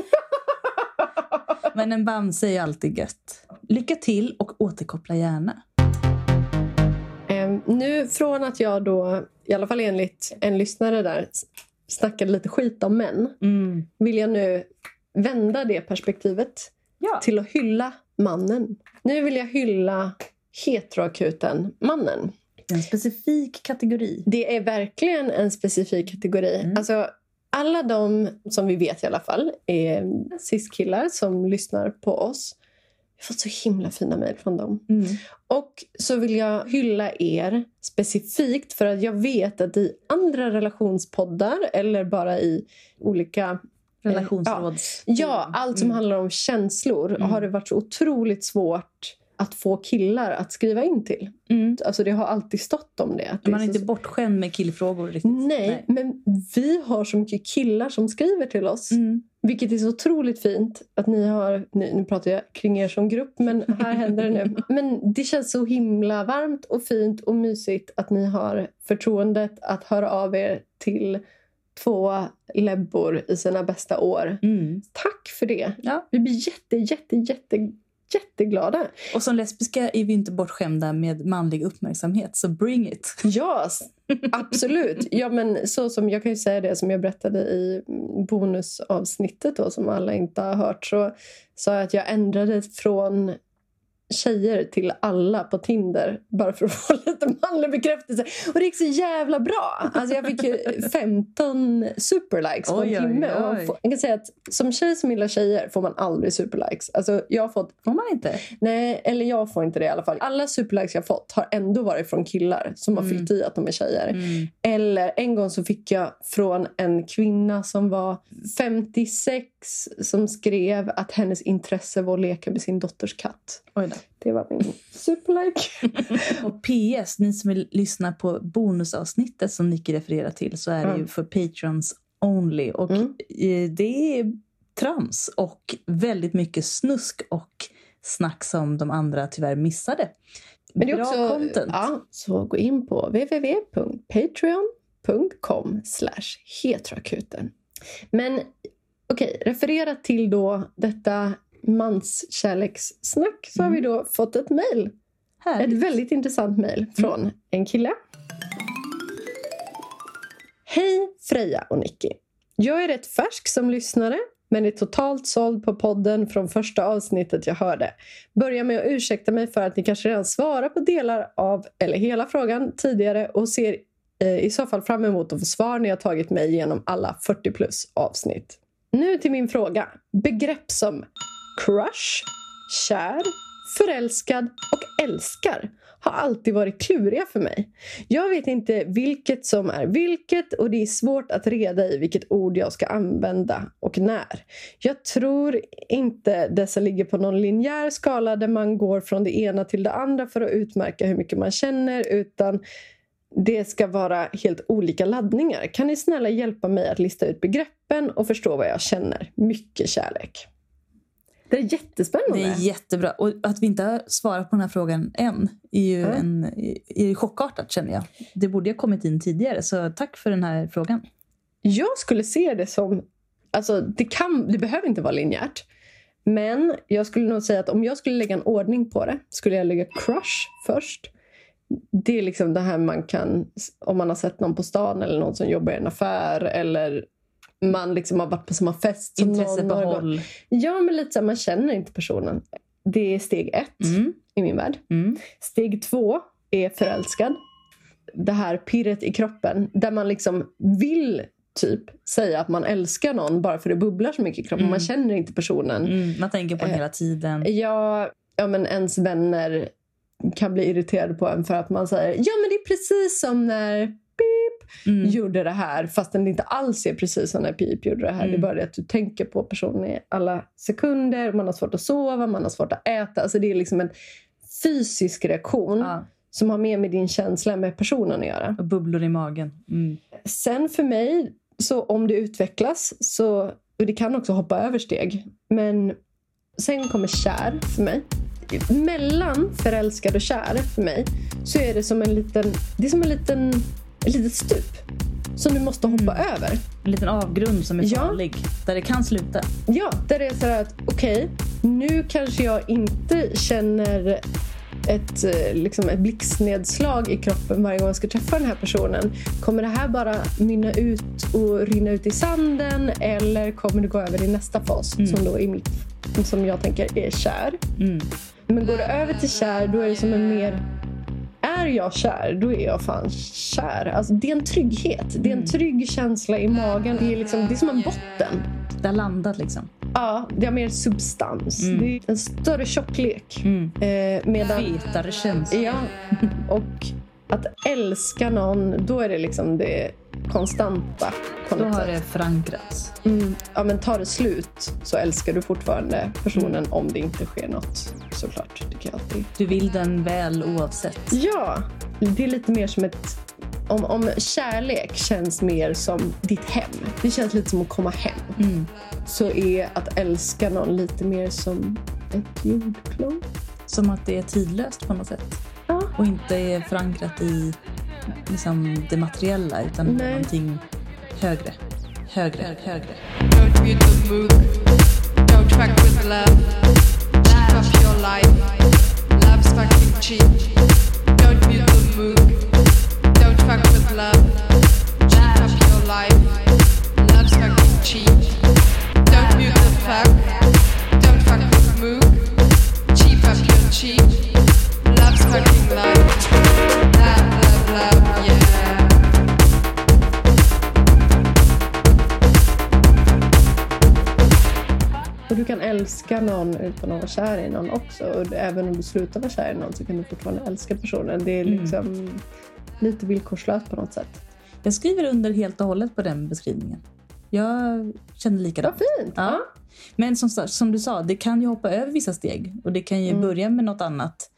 Men en Bamse är alltid gött. Lycka till och återkoppla gärna. Eh, nu från att jag då, i alla fall enligt en lyssnare där, snackade lite skit om män. Mm. Vill jag nu vända det perspektivet ja. Till att hylla mannen. Nu vill jag hylla heteroakuten mannen. En specifik kategori. Det är verkligen en specifik kategori. Mm. Alltså, alla de som vi vet i alla fall är cis-killar som lyssnar på oss. Jag har fått så himla fina mejl från dem. Mm. Och så vill jag hylla er specifikt för att jag vet att i andra relationspoddar eller bara i olika... relationsråds. Ja, ja, allt som mm. handlar om känslor mm. har det varit så otroligt svårt att få killar att skriva in till. Mm. Alltså det har alltid stått om det. Man är så... inte bortskämd med killfrågor riktigt. Nej, Nej, men vi har så mycket killar som skriver till oss. Mm. Vilket är så otroligt fint att ni har, nu, nu pratar jag kring er som grupp, men här händer det nu. Men det känns så himla varmt och fint och mysigt att ni har förtroendet att höra av er till två lebbor i sina bästa år. Mm. Tack för det. Ja. Vi blir jätte, jätte, jätte, jätteglada. Och som lesbiska är vi inte bortskämda med manlig uppmärksamhet. Så bring it. Ja, absolut. Ja, men så som jag kan ju säga det som jag berättade i bonusavsnittet då, som alla inte har hört, så sa jag att jag ändrade från tjejer till alla på Tinder bara för att få lite manlig bekräftelse. Och det gick så jävla bra. Alltså jag fick ju femton superlikes på en Oj, oj, timme. Och oj. få, jag kan säga att som tjej som gillar tjejer får man aldrig superlikes. Alltså jag har fått... Får man inte? Nej, eller jag får inte det i alla fall. Alla superlikes jag fått har ändå varit från killar som har Mm. fyllt i att de är tjejer. Mm. Eller en gång så fick jag från en kvinna som var femtiosex som skrev att hennes intresse var att leka med sin dotters katt. Oj då. Det var min superlike. Och P S, ni som vill lyssna på bonusavsnittet som Nicky refererar till, så är det Mm. ju för patrons only. Och Mm. eh, det är trams och väldigt mycket snusk och snack som de andra tyvärr missade. Men det är Bra också, content. ja, så gå in på w w w punkt patreon punkt com slash heteroakuten. Men okej, refererat till då detta manskärlekssnack så har vi då fått ett mejl. Ett Härligt. väldigt intressant mejl från en kille. Hej Freja och Nicky. Jag är rätt färsk som lyssnare, men är totalt såld på podden från första avsnittet jag hörde. Börja med att ursäkta mig för att ni kanske redan svarar på delar av, eller hela frågan tidigare, och ser eh, i så fall fram emot att få svar när jag tagit mig igenom alla fyrtio plus avsnitt. Nu till min fråga. Begrepp som crush, kär, förälskad och älskar har alltid varit kluriga för mig. Jag vet inte vilket som är vilket och det är svårt att reda i vilket ord jag ska använda och när. Jag tror inte dessa ligger på någon linjär skala där man går från det ena till det andra för att utmärka hur mycket man känner, utan det ska vara helt olika laddningar. Kan ni snälla hjälpa mig att lista ut begreppen och förstå vad jag känner? Mycket kärlek. Det är jättespännande. Det är jättebra. Och att vi inte har svarat på den här frågan än är ju Mm. en, är ju chockartat, känner jag. Det borde ha kommit in tidigare, så tack för den här frågan. Jag skulle se det som... Alltså, det, kan, det behöver inte vara linjärt. Men jag skulle nog säga att om jag skulle lägga en ordning på det, skulle jag lägga crush först. Det är liksom det här man kan... Om man har sett någon på stan eller någon som jobbar i en affär, eller man liksom har varit på samma fest. Som Intresse någon på har gått- håll. Ja, men lite så här, man känner inte personen. Det är steg ett Mm. i min värld. Mm. Steg två är förälskad. Det här pirret i kroppen. Där man liksom vill typ säga att man älskar någon bara för det bubblar så mycket i kroppen. Mm. Man känner inte personen. Mm. Man tänker på den Eh, hela tiden. Ja, ja, men ens vänner kan bli irriterade på en för att man säger ja, men det är precis som när Pip Mm. gjorde det här. Fast det inte alls är precis som när Pip gjorde det här. Mm. Det är bara det att du tänker på personen i alla sekunder. Man har svårt att sova, man har svårt att äta. Alltså det är liksom en fysisk reaktion Ja, som har mer med din känsla med personen att göra. och bubblor i magen. Mm. Sen för mig, så om det utvecklas, så, och det kan också hoppa över steg. Men sen kommer kär för mig. Mellan förälskad och kär för mig så är det som en liten, det är som en liten, ett litet stup som du måste hoppa Mm. över. En liten avgrund som är Ja. farlig. Där det kan sluta. Ja, där det är så här att okej, nu kanske jag inte känner ett, eh, liksom ett blixtnedslag i kroppen varje gång jag ska träffa den här personen. Kommer det här bara mynna ut och rinna ut i sanden, eller kommer det gå över i nästa fas Mm. som då är mitt, som jag tänker är kär? Mm. Men går det över till kär, då är det som en mer... Är jag kär, då är jag fan kär. Alltså, det är en trygghet. Det är en Mm. trygg känsla i magen. Det är, liksom, det är som en botten. Det har landat liksom. Ja, det har mer substans. Mm. Det är en större tjocklek. Mm. Eh, medan, Fetare känsla. ja, och att älska någon, då är det liksom det konstanta på Då något har sätt. det förankrats. Mm. Ja, men tar det slut så älskar du fortfarande personen om det inte sker något. Såklart, tycker jag alltid. Du vill den väl oavsett. Ja, det är lite mer som ett... Om, om kärlek känns mer som ditt hem. Det känns lite som att komma hem. Mm. Så är att älska någon lite mer som ett jordklot. Som att det är tidlöst på något sätt. Ja. Och inte är förankrat i liksom, det materiella, utan Nej. någonting högre. Högre, högre. Don't mute the mood. Don't fuck with love. Keep up your life. Love's fucking cheap. Don't mute the mood. Don't fuck with love. Keep up your life. Love's fucking cheap. Don't mute the fuck. Don't fuck with mood. Keep up your cheap. kan älska någon utan att vara kär i någon också. Och även om du slutar vara kär i någon så kan du fortfarande älska personen. Det är liksom mm. lite villkorslöst på något sätt. Jag skriver under helt och hållet på den beskrivningen. Jag känner likadant. Vad fint. Ja. Ja. Men som, som du sa, det kan ju hoppa över vissa steg. Och det kan ju mm. börja med något annat.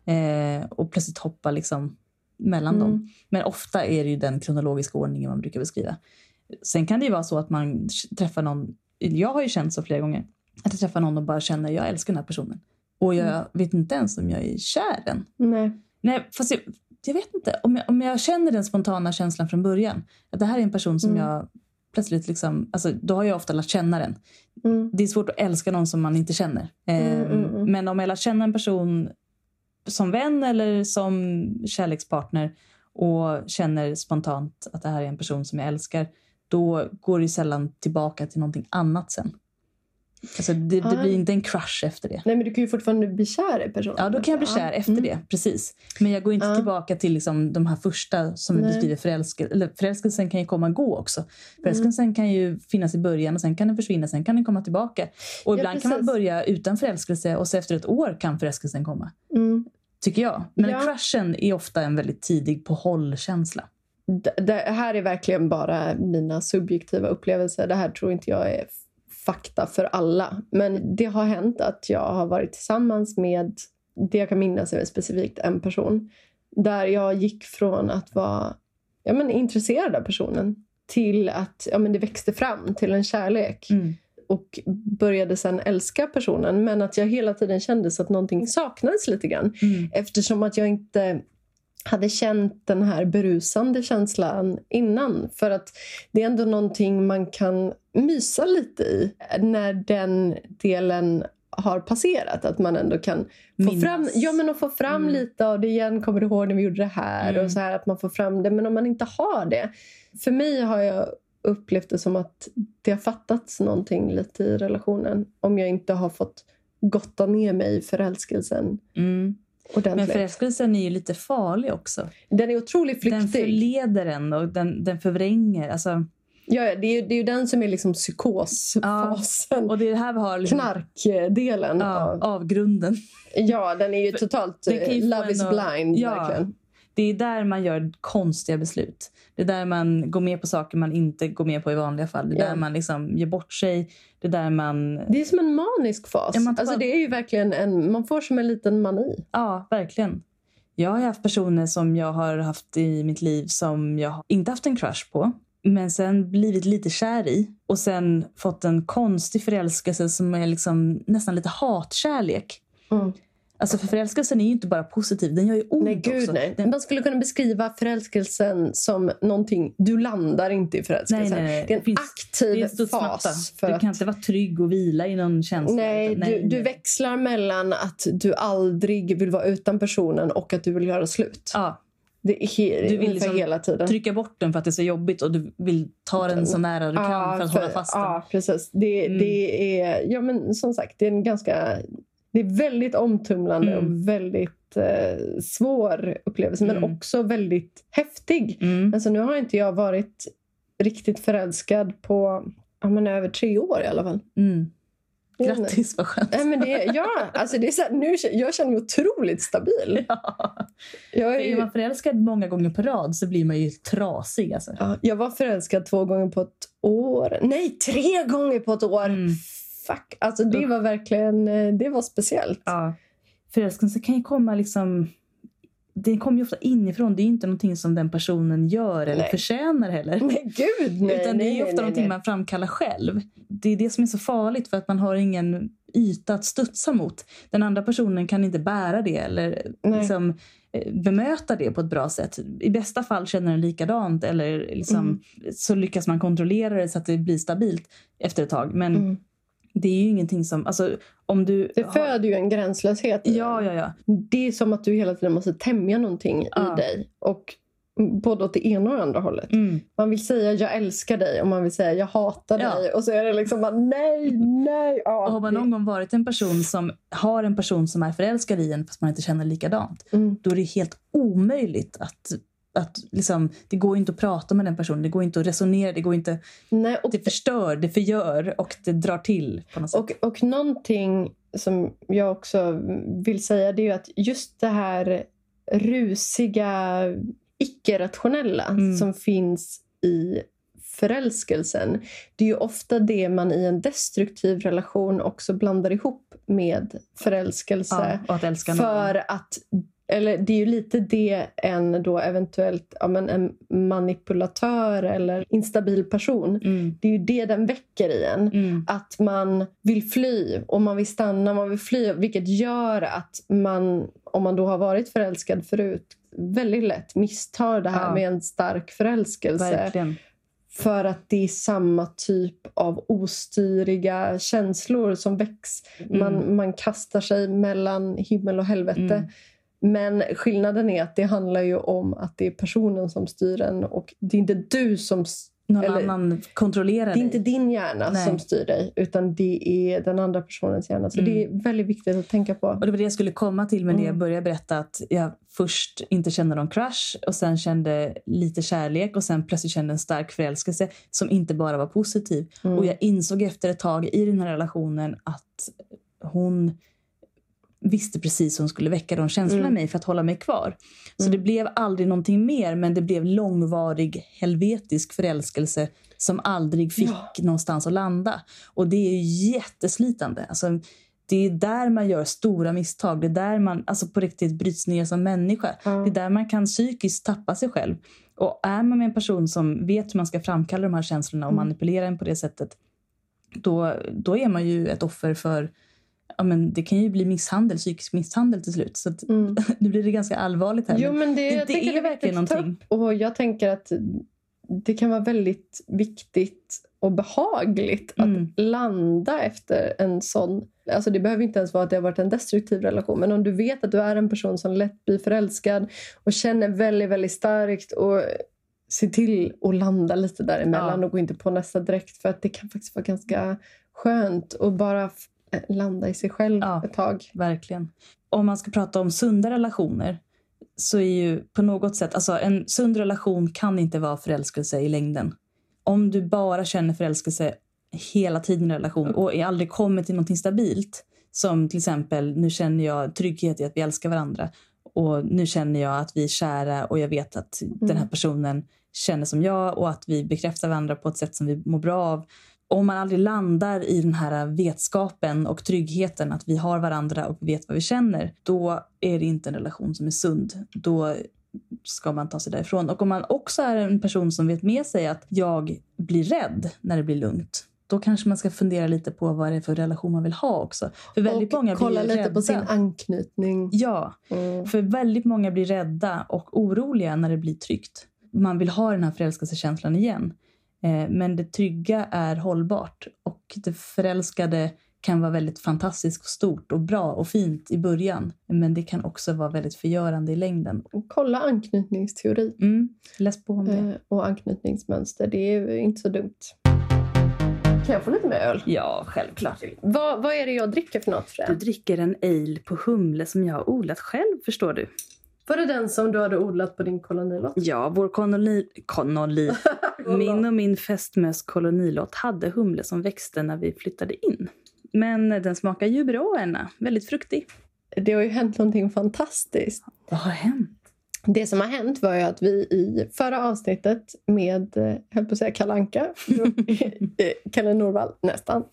Eh, och plötsligt hoppa liksom mellan mm. dem. Men ofta är det ju den kronologiska ordningen man brukar beskriva. Sen kan det ju vara så att man träffar någon. Jag har ju känt så flera gånger. Att jag träffar någon och bara känner jag älskar den här personen. Och jag mm. vet inte ens om jag är kär den. Nej. Nej, fast jag, jag vet inte. Om jag, om jag känner den spontana känslan från början. Att det här är en person som mm. jag plötsligt liksom. Alltså då har jag ofta lärt känna den. Mm. Det är svårt att älska någon som man inte känner. Eh, mm, mm, mm. Men om jag lär känna en person som vän eller som kärlekspartner. Och känner spontant att det här är en person som jag älskar. Då går det sällan tillbaka till någonting annat sen. Alltså det, det blir inte en crush efter det. Nej, men du kan ju fortfarande bli kär i personen. Ja, då kan jag bli kär efter mm. det, precis. Men jag går inte ja. tillbaka till liksom de här första som vi beskriver förälskelsen. Eller förälskelsen kan ju komma och gå också. Förälskelsen mm. kan ju finnas i början och sen kan den försvinna, sen kan den komma tillbaka. Och ibland ja, kan man börja utan förälskelse och så efter ett år kan förälskelsen komma. Mm. Tycker jag. Men ja. crushen är ofta en väldigt tidig påhållkänsla. Det, det här är verkligen bara mina subjektiva upplevelser. Det här tror inte jag är fakta för alla. Men det har hänt att jag har varit tillsammans med, det jag kan minnas är specifikt en person. Där jag gick från att vara ja, men, intresserad av personen till att ja, men, det växte fram till en kärlek. Mm. Och började sen älska personen. Men att jag hela tiden kände så att någonting saknades lite grann. Mm. Eftersom att jag inte hade känt den här berusande känslan innan. För att det är ändå någonting man kan mysa lite i när den delen har passerat. Att man ändå kan få fram, ja, men att få fram mm. lite av det igen. Kommer du ihåg när vi gjorde det här? Mm. Och så här att man får fram det. Men om man inte har det. För mig har jag upplevt det som att det har fattats någonting lite i relationen. Om jag inte har fått gotta ner mig i förälskelsen. Mm. Men förälskelsen är ju lite farlig också. Den är otroligt flyktig. Den förleder en och den, den förvränger. Alltså... Ja, det är, ju, det är ju den som är liksom psykosfasen. Ja, och det är det här vi har liksom... knarkdelen. Ja, av... avgrunden. Ja, den är ju totalt love is blind. Ja, verkligen. Det är där man gör konstiga beslut. Det är där man går med på saker man inte går med på i vanliga fall. Det är ja. där man liksom ger bort sig. Det är där man... Det är som en manisk fas. Ja, tar... Alltså det är ju verkligen en... Man får som en liten mani. Ja, verkligen. Jag har haft personer som jag har haft i mitt liv som jag inte haft en crush på. Men sen blivit lite kär i. Och sen fått en konstig förälskelse som är liksom nästan lite hatkärlek. Mm. Alltså för förälskelsen är ju inte bara positiv, den gör ju ont. Nej, gud, också. Nej. Man skulle kunna beskriva förälskelsen som någonting, du landar inte i förälskelsen. Nej, nej, nej. Det är en finns, aktiv det är fas. För du kan att... inte vara trygg och vila i någon känsla. Nej, nej, du, du växlar mellan att du aldrig vill vara utan personen och att du vill göra slut. Ja. Det är he- du vill liksom hela tiden. Trycka bort den för att det är så jobbigt och du vill ta den så nära du kan ja, för att för, hålla fast den. Ja, precis. Det, mm. det är, ja men som sagt, det är en ganska... Det är väldigt omtumlande mm. och väldigt eh, svår upplevelse. Men mm. också väldigt häftig. Mm. Alltså nu har inte jag varit riktigt förälskad på ja, men över tre år i alla fall. Mm. Grattis, vad skönt. Nej, men det, ja, alltså det är så här, nu, jag känner mig otroligt stabil. Ja. Jag är, är man förälskad många gånger på rad så blir man ju trasig. Alltså. Ja, jag var förälskad två gånger på ett år. Nej, tre gånger på ett år. Mm. Fuck, alltså det var verkligen, det var speciellt. Ja. Förälskelse kan ju komma liksom, det kommer ju ofta inifrån. Det är inte någonting som den personen gör eller nej. förtjänar heller. Nej, gud, nej. Utan det är ju nej, ofta nej, någonting nej. man framkallar själv. Det är det som är så farligt för att man har ingen yta att studsa mot. Den andra personen kan inte bära det eller liksom bemöta det på ett bra sätt. I bästa fall känner den likadant eller liksom, mm. så lyckas man kontrollera det så att det blir stabilt efter ett tag. Men mm. det är ju ingenting som... Alltså, om du det har... föder ju en gränslöshet. Ja, ja, ja. Det är som att du hela tiden måste tämja någonting ja. i dig. Och både åt det ena och andra hållet. Mm. Man vill säga jag älskar dig och man vill säga jag hatar ja. dig. Och så är det liksom bara, nej, nej. Ja, och har man det... någon gång varit en person som har en person som är förälskad i en fast man inte känner likadant. Mm. Då är det helt omöjligt att att liksom, det går inte att prata med den personen. Det går inte att resonera. Det går inte... Nej, och, det förstör, det förgör och det drar till på något sätt. och, och någonting som jag också vill säga, det är ju att just det här rusiga, icke-rationella mm. som finns i förälskelsen. Det är ju ofta det man i en destruktiv relation också blandar ihop med förälskelse. Ja, och att älska för någon. att, eller det är ju lite det en då eventuellt ja, men en manipulatör eller instabil person. Mm. Det är ju det den väcker i en. Mm. Att man vill fly och man vill stanna, man vill fly. Vilket gör att man, om man då har varit förälskad förut, väldigt lätt misstar det här ja. med en stark förälskelse. Verkligen. För att det är samma typ av ostyriga känslor som väcks. Mm. Man, man kastar sig mellan himmel och helvete. Mm. Men skillnaden är att det handlar ju om att det är personen som styr en. Och det är inte du som... Någon eller, annan kontrollerar dig. Det är inte din hjärna Nej. som styr dig. Utan det är den andra personens hjärna. Så mm. det är väldigt viktigt att tänka på. Och det var det jag skulle komma till med mm. det jag började berätta. Att jag först inte kände någon crush. Och sen kände lite kärlek. Och sen plötsligt kände en stark förälskelse. Som inte bara var positiv. Mm. Och jag insåg efter ett tag i den här relationen att hon... visste precis hon skulle väcka de känslorna mm. mig för att hålla mig kvar. Så mm. det blev aldrig någonting mer, men det blev långvarig helvetisk förälskelse som aldrig fick ja. någonstans att landa. Och det är jätteslitande. Alltså, det är där man gör stora misstag. Det är där man alltså på riktigt bryts ner som människa. Mm. Det är där man kan psykiskt tappa sig själv. Och är man med en person som vet hur man ska framkalla de här känslorna och mm. manipulera en på det sättet, då, då är man ju ett offer för... Ja, men det kan ju bli misshandel, psykisk misshandel till slut. Så att, mm. nu blir det ganska allvarligt här. Jo, men det, det, det är, är verkligen någonting. Och jag tänker att det kan vara väldigt viktigt och behagligt mm. att landa efter en sån... Alltså det behöver inte ens vara att det har varit en destruktiv relation. Men om du vet att du är en person som lätt blir förälskad och känner väldigt, väldigt starkt och se till att landa lite däremellan ja. och gå inte på nästa direkt. För att det kan faktiskt vara ganska skönt att bara... landa i sig själv ja, ett tag. Verkligen. Om man ska prata om sunda relationer så är ju på något sätt, alltså en sund relation kan inte vara förälskelse i längden. Om du bara känner förälskelse hela tiden i relation och är aldrig kommer till någonting stabilt, som till exempel nu känner jag trygghet i att vi älskar varandra och nu känner jag att vi är kära och jag vet att mm. den här personen känner som jag och att vi bekräftar varandra på ett sätt som vi mår bra av. Om man aldrig landar i den här vetskapen och tryggheten att vi har varandra och vet vad vi känner, då är det inte en relation som är sund. Då ska man ta sig därifrån. Och om man också är en person som vet med sig att jag blir rädd när det blir lugnt, då kanske man ska fundera lite på vad det är för relation man vill ha också. För väldigt och många kolla blir lite rädda. på sin anknytning. Ja, mm. för väldigt många blir rädda och oroliga när det blir tryggt. Man vill ha den här förälskelsekänslan igen. Men det trygga är hållbart och det förälskade kan vara väldigt fantastiskt och stort och bra och fint i början. Men det kan också vara väldigt förgörande i längden. Kolla anknytningsteori. Mm, läs på om det. Och anknytningsmönster, det är inte så dumt. Kan jag få lite mer öl? Ja, självklart. Vad, vad är det jag dricker för något, Fred? Du dricker en ale på humle som jag har odlat själv, förstår du. Var det den som du hade odlat på din kolonilott? Ja, vår koloni... koloni. Min och min fästmös kolonilott hade humle som växte när vi flyttade in. Men den smakar ju bra, Anna. Väldigt fruktig. Det har ju hänt någonting fantastiskt. Vad har hänt? Det som har hänt var ju att vi i förra avsnittet med, höll på att säga Kalle Anka, Kalle Norvall, nästan.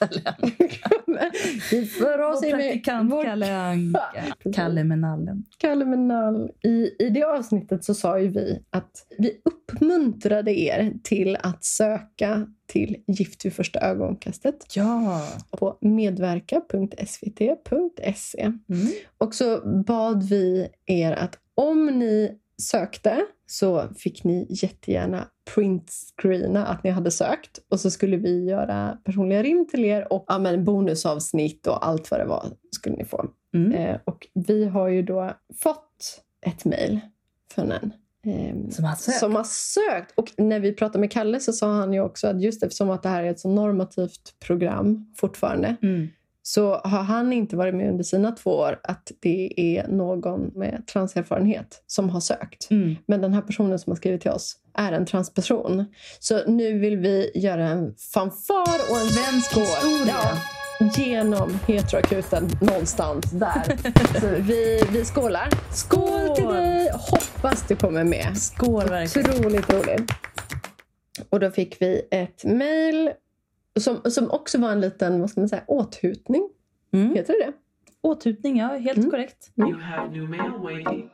Vi för oss i praktikant vår... Kalle Anka. Kalle med nallen. Kalle med nall. I, I det avsnittet så sa ju vi att vi uppmuntrade er till att söka till Gift vid första ögonkastet. Ja. På medverka punkt s v t punkt se. Mm. Och så bad vi er att om ni sökte så fick ni jättegärna printscreena att ni hade sökt. Och så skulle vi göra personliga rim till er och ja, men bonusavsnitt och allt vad det var skulle ni få. Mm. Eh, och vi har ju då fått ett mejl från en eh, som, har sökt. som har sökt. Och när vi pratade med Kalle så sa han ju också att just eftersom att det här är ett så normativt program fortfarande. Mm. så har han inte varit med under sina två år att det är någon med transerfarenhet som har sökt. Mm. Men den här personen som har skrivit till oss är en transperson. Så nu vill vi göra en fanfar och en Svensk historia. Ja, genom heteroakuten någonstans där. Så vi, vi skålar. Skål, Skål till dig! Hoppas du kommer med. Skål verkligen. Otroligt roligt. Och då fick vi ett mejl som, som också var en liten, vad ska man säga, åthutning. Mm. Heter det det? Åthutning, ja, helt Mm. korrekt. You have new mail waiting.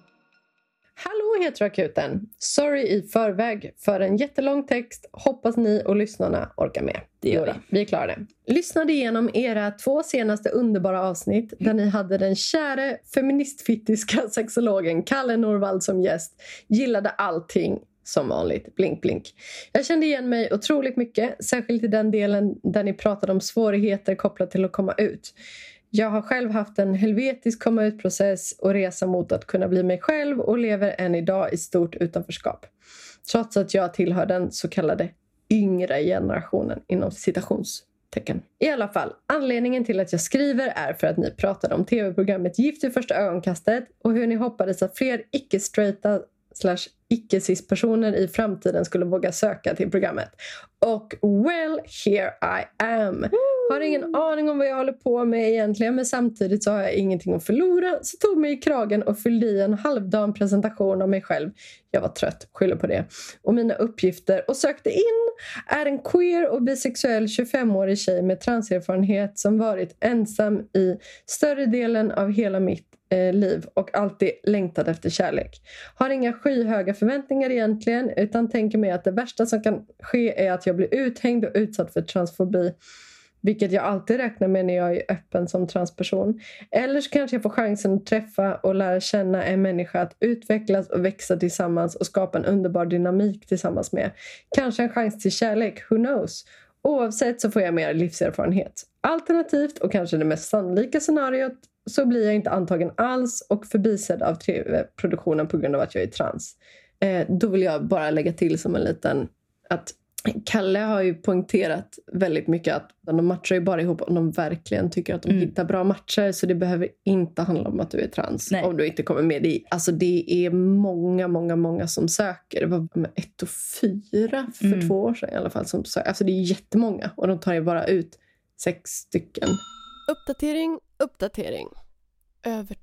Hallå heteroakuten. Sorry i förväg för en jättelång text. Hoppas ni och lyssnarna orkar med. Det gör Jodå, vi klarar det. Lyssnade igenom era två senaste underbara avsnitt där ni hade den käre feministfittiska sexologen Kalle Norvald som gäst. Gillade allting som vanligt. Blink, blink. Jag kände igen mig otroligt mycket, särskilt i den delen där ni pratade om svårigheter kopplat till att komma ut. Jag har själv haft en helvetisk komma ut-process och resa mot att kunna bli mig själv och lever än idag i stort utanförskap. Trots att jag tillhör den så kallade yngre generationen inom citationstecken. I alla fall, anledningen till att jag skriver är för att ni pratade om tv-programmet Gift vid första ögonkastet och hur ni hoppades att fler icke-straighta slash icke-cis-personer i framtiden skulle våga söka till programmet. Och well, here I am. Har ingen aning om vad jag håller på med egentligen, men samtidigt så har jag ingenting att förlora, så tog mig i kragen och fyllde i en halvdan presentation av mig själv. Jag var trött, skyller på det. Och mina uppgifter och sökte in är en queer och bisexuell tjugofemårig tjej med transerfarenhet som varit ensam i större delen av hela mitt eh, liv och alltid längtat efter kärlek. Har inga skyhöga förväntningar egentligen, utan tänker mig att det värsta som kan ske är att jag blir uthängd och utsatt för transfobi. Vilket jag alltid räknar med när jag är öppen som transperson. Eller så kanske jag får chansen att träffa och lära känna en människa att utvecklas och växa tillsammans och skapa en underbar dynamik tillsammans med. Kanske en chans till kärlek, who knows? Oavsett så får jag mer livserfarenhet. Alternativt, och kanske det mest sannolika scenariot, så blir jag inte antagen alls och förbisedd av tv-produktionen på grund av att jag är trans. Eh, då vill jag bara lägga till som en liten att Kalle har ju poängterat väldigt mycket att de matchar ju bara ihop om de verkligen tycker att de mm. hittar bra matcher. Så det behöver inte handla om att du är trans. Nej. Om du inte kommer med. Det, alltså det är många, många, många som söker. Det var ett och fyra för mm. två år sedan i alla fall som söker. Alltså det är jättemånga och de tar ju bara ut sex stycken. Uppdatering, uppdatering. Över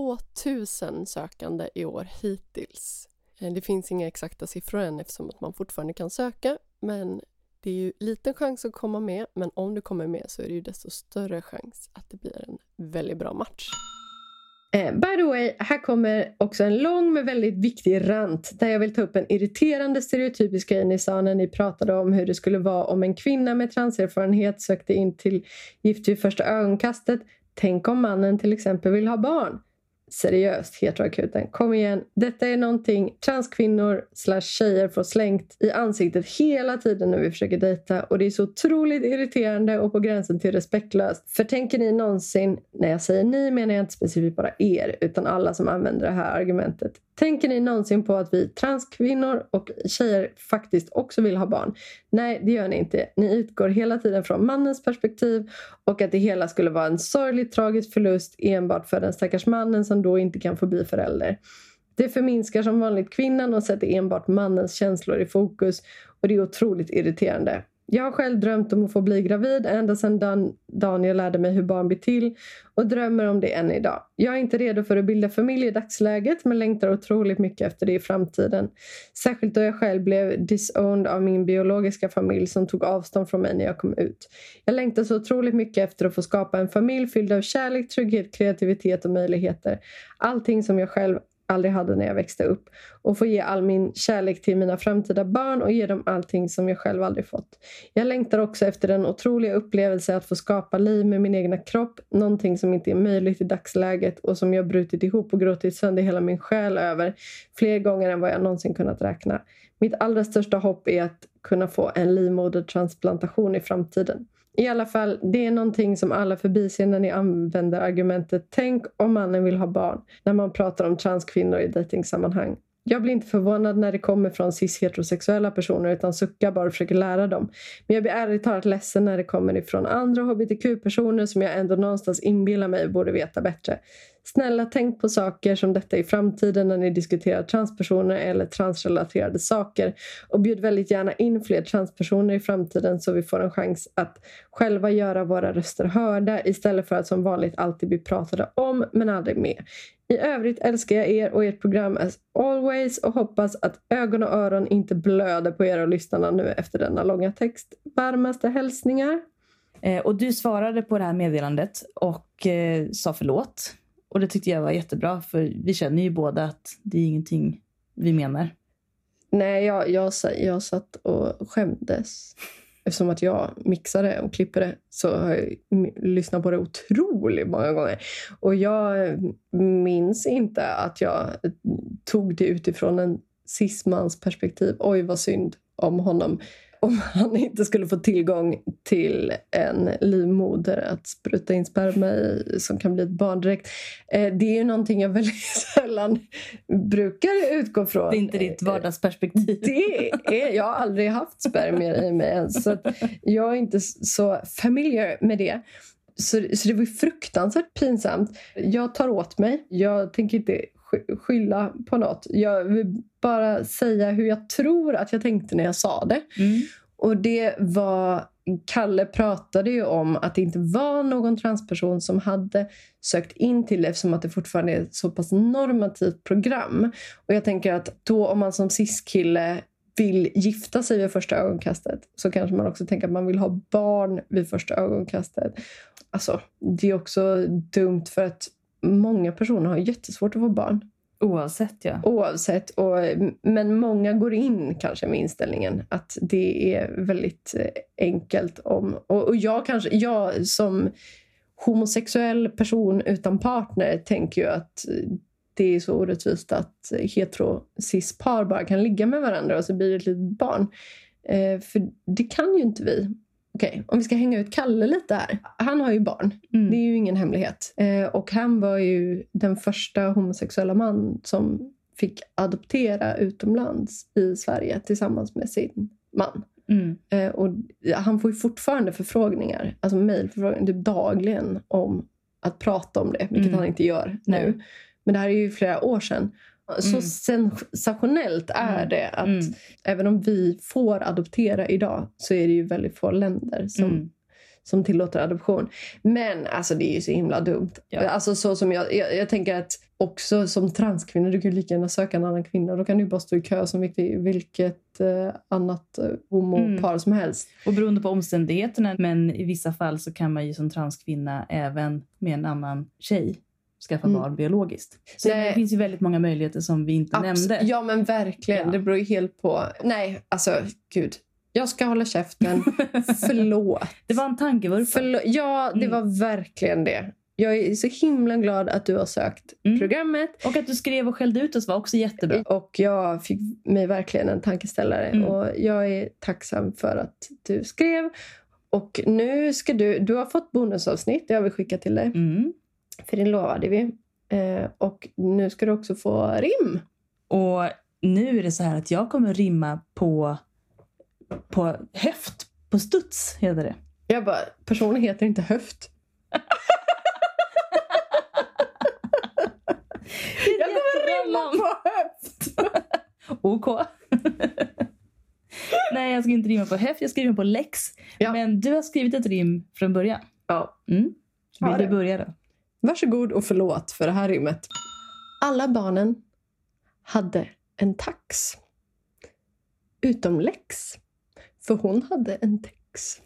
tvåtusen sökande i år hittills. Det finns inga exakta siffror än eftersom att man fortfarande kan söka. Men det är ju liten chans att komma med. Men om du kommer med så är det ju desto större chans att det blir en väldigt bra match. Eh, by the way, här kommer också en lång men väldigt viktig rant. Där jag vill ta upp en irriterande stereotypisk grej ni sa när ni pratade om hur det skulle vara om en kvinna med transerfarenhet sökte in till Gift vid första ögonkastet. Tänk om mannen till exempel vill ha barn. Seriöst, heteroakuten. Kom igen. Detta är någonting transkvinnor slash tjejer får slängt i ansiktet hela tiden när vi försöker dejta. Och det är så otroligt irriterande och på gränsen till respektlöst. För tänker ni någonsin, när jag säger ni menar jag inte specifikt bara er, utan alla som använder det här argumentet. Tänker ni någonsin på att vi transkvinnor och tjejer faktiskt också vill ha barn? Nej, det gör ni inte. Ni utgår hela tiden från mannens perspektiv och att det hela skulle vara en sorgligt tragisk förlust enbart för den stackars mannen som då inte kan få bli förälder. Det förminskar som vanligt kvinnan och sätter enbart mannens känslor i fokus och det är otroligt irriterande. Jag har själv drömt om att få bli gravid ända sedan Dan- Daniel lärde mig hur barn blir till och drömmer om det än idag. Jag är inte redo för att bilda familj i dagsläget men längtar otroligt mycket efter det i framtiden. Särskilt då jag själv blev disowned av min biologiska familj som tog avstånd från mig när jag kom ut. Jag längtar så otroligt mycket efter att få skapa en familj fylld av kärlek, trygghet, kreativitet och möjligheter. Allting som jag själv aldrig hade när jag växte upp och få ge all min kärlek till mina framtida barn och ge dem allting som jag själv aldrig fått. Jag längtar också efter den otroliga upplevelsen att få skapa liv med min egna kropp, någonting som inte är möjligt i dagsläget och som jag brutit ihop och gråtit sönder hela min själ över fler gånger än vad jag någonsin kunnat räkna. Mitt allra största hopp är att kunna få en livmodertransplantation i framtiden. I alla fall, det är någonting som alla förbiser när ni använder argumentet tänk om mannen vill ha barn när man pratar om transkvinnor i dejtingsammanhang. Jag blir inte förvånad när det kommer från cis-heterosexuella personer utan suckar bara och försöker lära dem. Men jag blir ärligt talat ledsen när det kommer ifrån andra hbtq-personer som jag ändå någonstans inbillar mig borde veta bättre. Snälla, tänk på saker som detta i framtiden när ni diskuterar transpersoner eller transrelaterade saker. Och bjud väldigt gärna in fler transpersoner i framtiden så vi får en chans att själva göra våra röster hörda istället för att som vanligt alltid bli pratade om men aldrig med. I övrigt älskar jag er och ert program as always och hoppas att ögon och öron inte blöder på er och lyssnarna nu efter denna långa text. Varmaste hälsningar. Eh, och du svarade på det här meddelandet och eh, sa förlåt. Och det tyckte jag var jättebra för vi känner ju båda att det är ingenting vi menar. Nej, jag, jag, jag satt och skämdes. Eftersom att jag mixade och klippade så har jag lyssnat på det otroligt många gånger. Och jag minns inte att jag tog det utifrån en cismans perspektiv. Oj, vad synd om honom. Om han inte skulle få tillgång till en livmoder att spruta in sperma i som kan bli ett barn direkt. Det är ju någonting jag väldigt sällan brukar utgå från. Det är inte ditt vardagsperspektiv. Det är, jag har aldrig haft spermier i mig ens. Så att jag är inte så familiar med det. Så, så det var fruktansvärt pinsamt. Jag tar åt mig. Jag tänker inte skylla på något. Jag vill bara säga hur jag tror att jag tänkte när jag sa det. Mm. Och det var... Kalle pratade ju om att det inte var någon transperson som hade sökt in till det eftersom att det fortfarande är ett så pass normativt program. Och jag tänker att då om man som cis-kille vill gifta sig vid första ögonkastet så kanske man också tänker att man vill ha barn vid första ögonkastet. Alltså, det är också dumt för att många personer har jättesvårt att få barn. Oavsett, ja. Oavsett. Och, men många går in kanske med inställningen att det är väldigt enkelt. om Och, och jag kanske, jag som homosexuell person utan partner tänker ju att det är så orättvist att hetero-cis-par bara kan ligga med varandra och så blir det ett litet barn. Eh, för det kan ju inte vi. Okej, okay, om vi ska hänga ut Kalle lite här. Han har ju barn. Mm. Det är ju ingen hemlighet. Eh, och han var ju den första homosexuella man som fick adoptera utomlands i Sverige tillsammans med sin man. Mm. Eh, och han får ju fortfarande förfrågningar, alltså mejlförfrågningar typ dagligen om att prata om det, vilket mm. han inte gör nu. Nej. Men det här är ju flera år sedan. Så mm. sensationellt är mm. det att mm. även om vi får adoptera idag så är det ju väldigt få länder som, mm. som tillåter adoption. Men alltså det är ju så himla dumt. Ja. Alltså så som jag, jag, jag tänker att också som transkvinna, du kan ju lika gärna söka en annan kvinna. Då kan du bara stå i kö som vilket, vilket eh, annat eh, homopar mm. som helst. Och beroende på omständigheterna, men i vissa fall så kan man ju som transkvinna även med en annan tjej skaffa mm. barn biologiskt. Så Nej. Det finns ju väldigt många möjligheter som vi inte Abs- nämnde. Ja, men verkligen. Ja. Det beror ju helt på... Nej, alltså, gud. Jag ska hålla käften. Förlåt. Det var en tankevurpa. Förlåt. Ja, det mm. var verkligen det. Jag är så himla glad att du har sökt mm. programmet. Och att du skrev och skällde ut oss var också jättebra. Och jag fick mig verkligen en tankeställare. Mm. Och jag är tacksam för att du skrev. Och nu ska du... Du har fått bonusavsnitt. Det har vi skickat till dig. Mm. För det lovade vi. Eh, och nu ska du också få rim. Och nu är det så här att jag kommer rimma på, på höft. På studs heter det. Jag bara, personen heter inte höft. Jag kommer rimma på höft. OK. Nej, jag ska inte rimma på höft. Jag ska rimma på lex. Ja. Men du har skrivit ett rim från början. Ja. Mm. Vill ja, du börja då? Varsågod och förlåt för det här rimmet. Alla barnen hade en tax. Utom Lex. För hon hade en tex.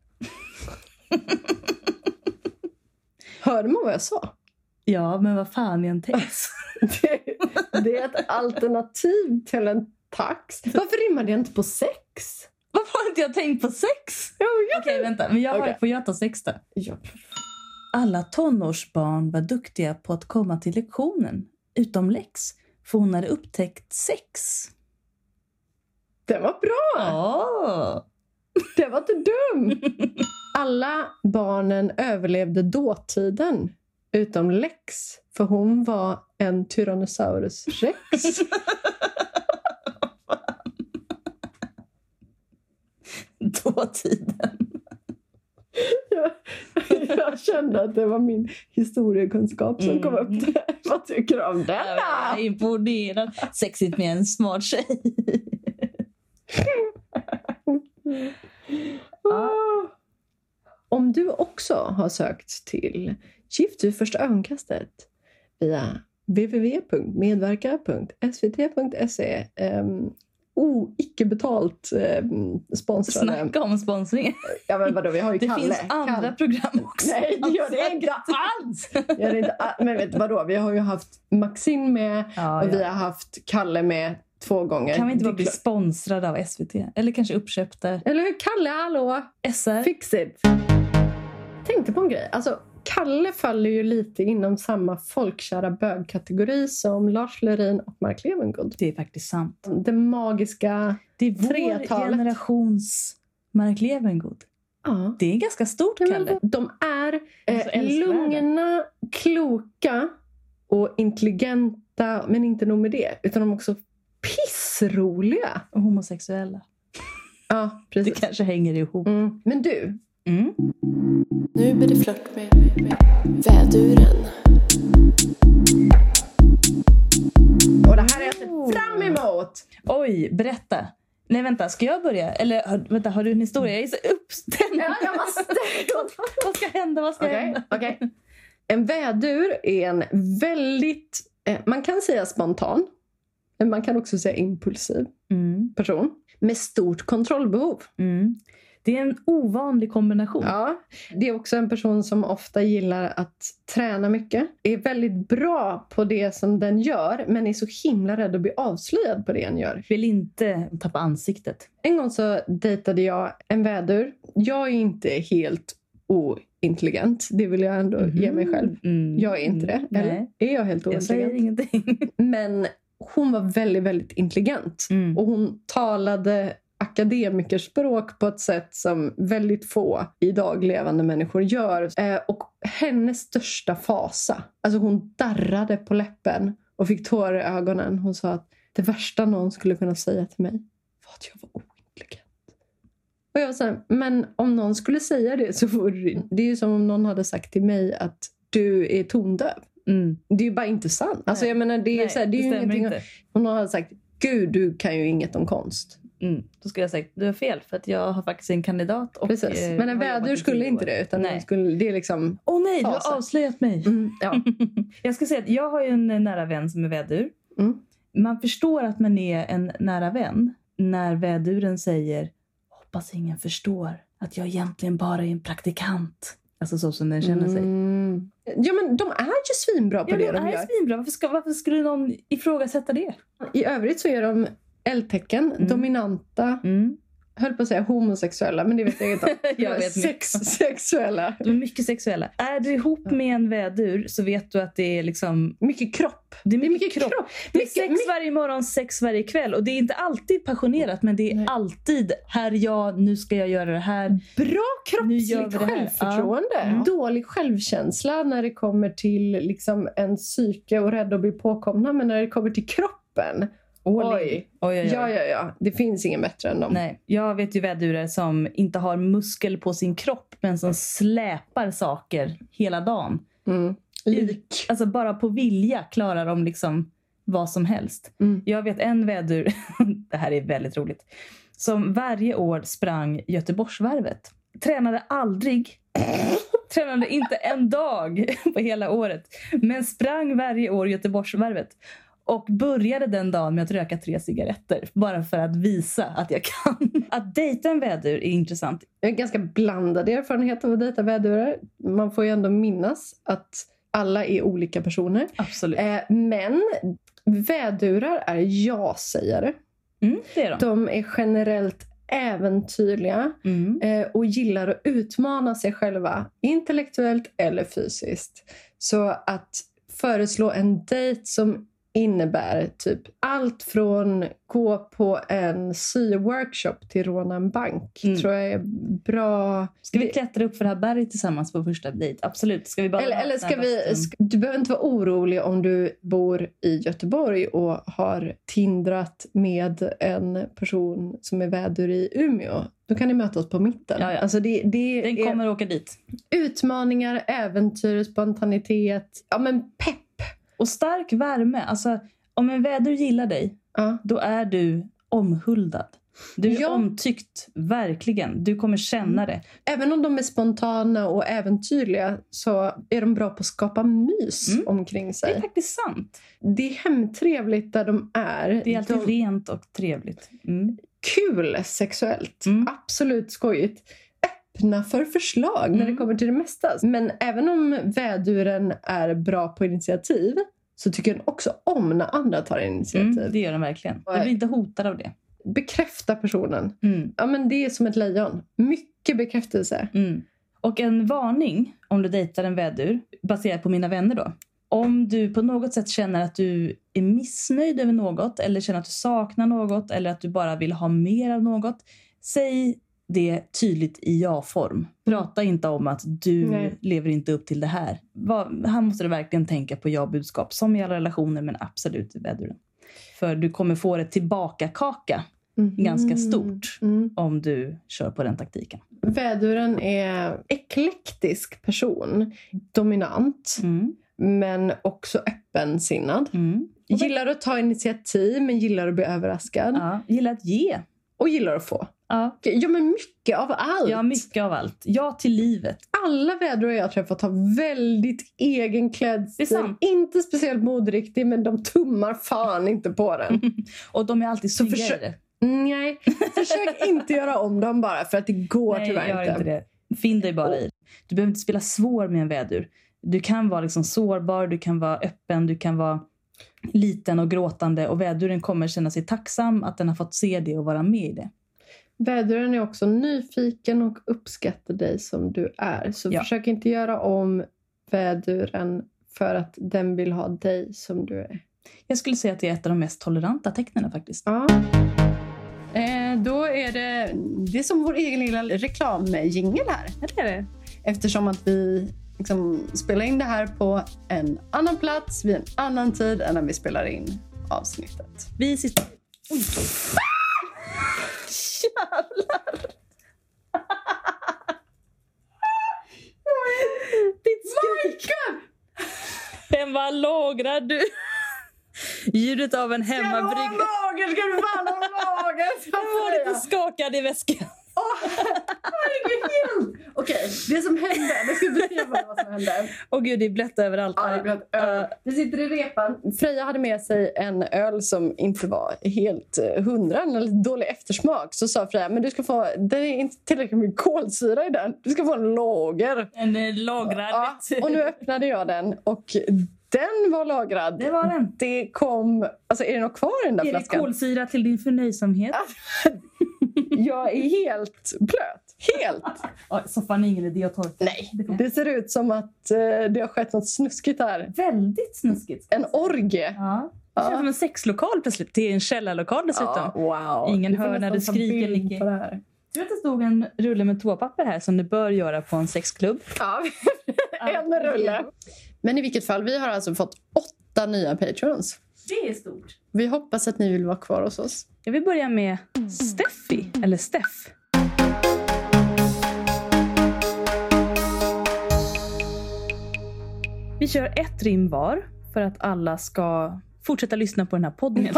Hörde man vad jag sa? Ja, men vad fan är en tex? det, det är ett alternativ till en tax. Varför rimmade jag inte på sex? Varför har inte jag tänkt på sex? Ja, Okej, okay, vänta. Men jag har, okay. Får jag ta sex då? Ja. Alla tonårsbarn var duktiga på att komma till lektionen. Utom Lex. För hon hade upptäckt sex. Det var bra! Ja. Det var inte dum! Alla barnen överlevde dåtiden. Utom Lex. För hon var en Tyrannosaurus rex. Dåtiden. jag, jag kände att det var min historiekunskap som mm. kom upp där. Vad tycker du om den? Jag är imponerad. Sexigt med en smart tjej. Ja. Om du också har sökt till Gift vid första ögonkastet via w w w punkt medverka punkt s v t punkt se um, oh, icke-betalt um, sponsrade. Snacka om sponsring. Ja, men vadå, vi har ju det Kalle. finns andra Kalle. program också. Nej, det gör det inte alls. Gör det inte all... Men vet du vadå, vi har ju haft Maxine med ja, och ja. vi har haft Kalle med två gånger. Kan vi inte bara bli sponsrade av S V T? Eller kanske uppköpta? Eller hur? Kalle, hallå? S R? Fix it. Tänkte på en grej. Alltså, Kalle faller ju lite inom samma folkkära bögkategori som Lars Lerin och Mark Levengood. Det är faktiskt sant. Det magiska Det är vår tretalet. generations Mark Levengood. Ja. Det är ganska stort, Ja, Kalle. de är eh, Så älskvärda. lugna, kloka och intelligenta, men inte nog med det. Utan de är också pissroliga. Och homosexuella. Ja, Det precis. kanske hänger ihop. Mm. Men du, Mm. Nu blir det flört med, med väduren. och det här är jag sett fram emot. Oj, berätta. Nej, vänta. Ska jag börja? Eller har, vänta, har du en historia? Jag är så uppstämd. Ja, jag måste. Vad ska hända? Vad ska Okej, hända? okej. En vädur är en väldigt, eh, man kan säga spontan, men man kan också säga impulsiv Mm. person med stort kontrollbehov. Mm. Det är en ovanlig kombination. Ja, det är också en person som ofta gillar att träna mycket. Är väldigt bra på det som den gör, men är så himla rädd att bli avslöjad på det den gör. Vill inte tappa ansiktet. En gång så dejtade jag en vädur. Jag är inte helt ointelligent. Det vill jag ändå ge mig själv. Mm. Jag är inte det. Mm. Eller Nej, är jag helt jag säger ointelligent? ingenting. Men hon var väldigt, väldigt intelligent. Mm. Och hon talade akademikerspråk på ett sätt som väldigt få idag levande människor gör. Eh, och hennes största fasa, alltså hon darrade på läppen och fick tårar i ögonen. Hon sa att det värsta någon skulle kunna säga till mig var att jag var ointelligent. Och jag sa, men om någon skulle säga det så vore det, det är ju som om någon hade sagt till mig att du är tondöv. Mm. Det är ju bara inte sant. Alltså jag menar, det är, Nej, så här, det är ju stämmer ingenting. inte. Om någon hade sagt, gud du kan ju inget om konst. Mm. Då skulle jag säga, du har fel för att jag har faktiskt en kandidat. Och, Precis. eh, Men en har jobbat vädur i skulle tio inte år. det. Utan Nej. det, skulle, det är liksom... Åh nej, du fasa. har avslöjat mig. Mm, ja. Jag ska säga att jag har ju en nära vän som är vädur. Mm. Man förstår att man är en nära vän när väduren säger, hoppas ingen förstår att jag egentligen bara är en praktikant. Alltså så som den känner sig. Mm. Ja, men de är ju svinbra på Ja, det de de är gör. svinbra. Varför, ska, varför skulle någon ifrågasätta det? I övrigt så är de eldtecken, Mm. dominanta, Mm. höll på att säga homosexuella, men det vet jag inte. Jag vet Sex, sexuella. De är mycket sexuella. Är du ihop med en vädur så vet du att det är liksom... Mycket kropp. Det är mycket, kropp. Det är Mycket, sex mycket- varje morgon, sex varje kväll. Och det är inte alltid passionerat, men det är Nej. alltid här jag, nu ska jag göra det här. Bra Nu gör kroppsligt vi det här. självförtroende. Ja. Mm. Dålig självkänsla när det kommer till liksom en psyke och rädd att bli påkomna. Men när det kommer till kroppen. Oj. Oj, oj, oj. Ja, ja, ja. Det finns ingen bättre än dem. Nej, jag vet ju vädurer som inte har muskel på sin kropp men som släpar saker hela dagen. Mm. Lik. Alltså bara på vilja klarar de liksom vad som helst. Mm. Jag vet en vädur, det här är väldigt roligt, som varje år sprang Göteborgsvarvet. Tränade aldrig, tränade inte en dag på hela året, men sprang varje år Göteborgsvarvet. Och började den dagen med att röka tre cigaretter. Bara för att visa att jag kan. Att dejta en vädur är intressant. Jag har ganska blandad erfarenhet av att dejta vädurar. Man får ju ändå minnas att alla är olika personer. Absolut. Eh, men vädurar är ja-sägare. Mm, det är de. De är generellt äventyrliga. Mm. Eh, och gillar att utmana sig själva. Intellektuellt eller fysiskt. Så att föreslå en dejt som innebär typ allt från gå på en sy-workshop till råna en bank. Mm. Tror jag är bra. Ska vi klättra upp för det här berget tillsammans på första dejt? Absolut. Ska vi bara Eller, eller ska vi, ska, du behöver inte vara orolig om du bor i Göteborg och har tindrat med en person som är vädur i Umeå. Då kan ni mötas på mitten. Ja, ja. Alltså det, det Den är kommer åka dit. utmaningar, äventyr, spontanitet. Ja, men pepp. Och stark värme. Alltså, om en vädur gillar dig, Ja. då är du omhuldad. Du är Ja. omtyckt, verkligen. Du kommer känna det. Även om de är spontana och äventyrliga så är de bra på att skapa mys Mm. omkring Det är sig. faktiskt sant. Det är hemtrevligt där de är. Det är alltid de, rent och trevligt. Mm. kul sexuellt. Mm. Absolut skojigt. Öppna för förslag när det Mm. kommer till det mesta. Men även om väduren är bra på initiativ så tycker den också om när andra tar initiativ. Mm, det gör den verkligen. Jag blir inte hotad av det. Bekräfta personen. Mm. Ja, men det är som ett lejon. Mycket bekräftelse. Mm. Och en varning om du dejtar en vädur, baserat på mina vänner då. Om du på något sätt känner att du är missnöjd över något, eller känner att du saknar något, eller att du bara vill ha mer av något, säg det tydligt i ja-form. Prata inte om att du Nej. lever inte upp till det här. Vad, här måste du verkligen tänka på ja-budskap, som i alla relationer, men absolut i väduren. För du kommer få det tillbaka kaka Mhm. ganska stort Mm. om du kör på den taktiken. Väduren är eklektisk person. Dominant. Mm. Men också öppensinnad. Mm. Gillar att ta initiativ men gillar att bli överraskad. Ja, gillar att ge. Och gillar att få. Ja. Ja, men mycket av allt. Ja, mycket av allt. Ja till livet. Alla vädror jag träffat har väldigt egen klädstil. Det är sant. Inte speciellt moderiktig, men de tummar fan inte på den. Och de är alltid Så snygga i försök- det. Nej, försök inte göra om dem bara för att det går Nej, tyvärr gör inte. inte det. Finn dig bara i. Du behöver inte spela svår med en vädur. Du kan vara liksom sårbar, du kan vara öppen, du kan vara liten och gråtande. Och väduren kommer känna sig tacksam att den har fått se det och vara med i det. Väduren är också nyfiken och uppskattar dig som du är. Så Ja. försök inte göra om väduren för att den vill ha dig som du är. Jag skulle säga att det är ett av de mest toleranta tecknen faktiskt. Ja. Eh, då är det, det är som vår egen lilla reklamjingel här. Det är det. Eftersom att vi liksom spelar in det här på en annan plats vid en annan tid än när vi spelar in avsnittet. Vi sitter... Oj. Jävlar! Ditt skrik. Den var lagrad du. Ljudet av en hemmabryggd. lager? Ska du fan ha lager? Jag var lite skakad i väskan. Okej, det som hände, det ska beskriva vad som hände. Åh gud, det är blött överallt. Ja, det är blött öl. Vi sitter i repan. Freja hade med sig en öl som inte var helt eh, hundra, en lite dålig eftersmak. Så sa Freja, men du ska få, det är inte tillräckligt mycket kolsyra i den. Du ska få en lager. En eh, lagrad. Ja, och nu öppnade jag den och den var lagrad. Det var den. Det kom, alltså är det något kvar i den där Är det flaskan? kolsyra till din förnöjsamhet? Jag är helt blöt. Helt. Oj, så fan ingen idé att torka. Nej, det ser ut som att eh, det har skett något snuskigt här. Väldigt snuskigt. En orgie. Ja. Det Ja. känns som en sexlokal plötsligt. Det är en källarlokal dessutom. Ja, wow. Ingen Vi får hör när nästan du ta skriker, bild Nicky. på det här. Du vet att det stod en rulle med toapapper här som du bör göra på en sexklubb. Ja, en rulle. Men i vilket fall, vi har alltså fått åtta nya patrons. Det är stort. Vi hoppas att ni vill vara kvar hos oss. Jag vill börja med Steffi, eller Steff. Vi kör ett rim var för att alla ska fortsätta lyssna på den här podden.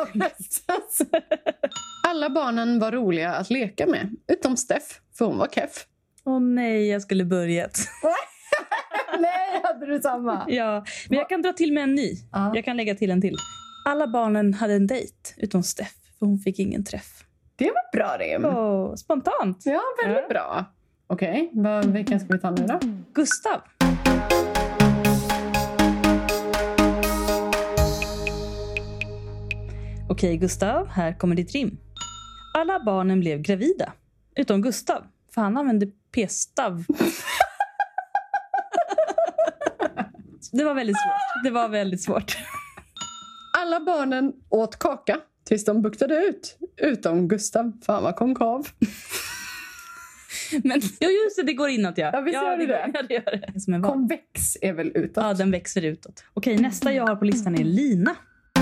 Alla barnen var roliga att leka med, utom Steff, för hon var keff. Åh oh, nej, jag skulle börjat. Nej, hade du samma? Ja, men jag kan dra till med en ny. Ja. Jag kan lägga till en till. Alla barnen hade en dejt, utom Steff, för hon fick ingen träff. Det var bra rim. Åh, spontant. Ja, väldigt Ja. bra. Okej, okay, vilken ska vi ta nu då? Gustav. Okej, Gustav, här kommer ditt rim. Alla barnen blev gravida, utom Gustav, för han använde p-stav. Det var väldigt svårt. Det var väldigt svårt. Alla barnen åt kaka tills de buktade ut. Utom Gustav, för han var konkav. Men jo, just det, det går inåt, ja. Ja, visst gör det det. Ja, det gör det. Som en val. Konvex är väl utåt? Ja, den växer utåt. Okej, nästa jag har på listan är Lina.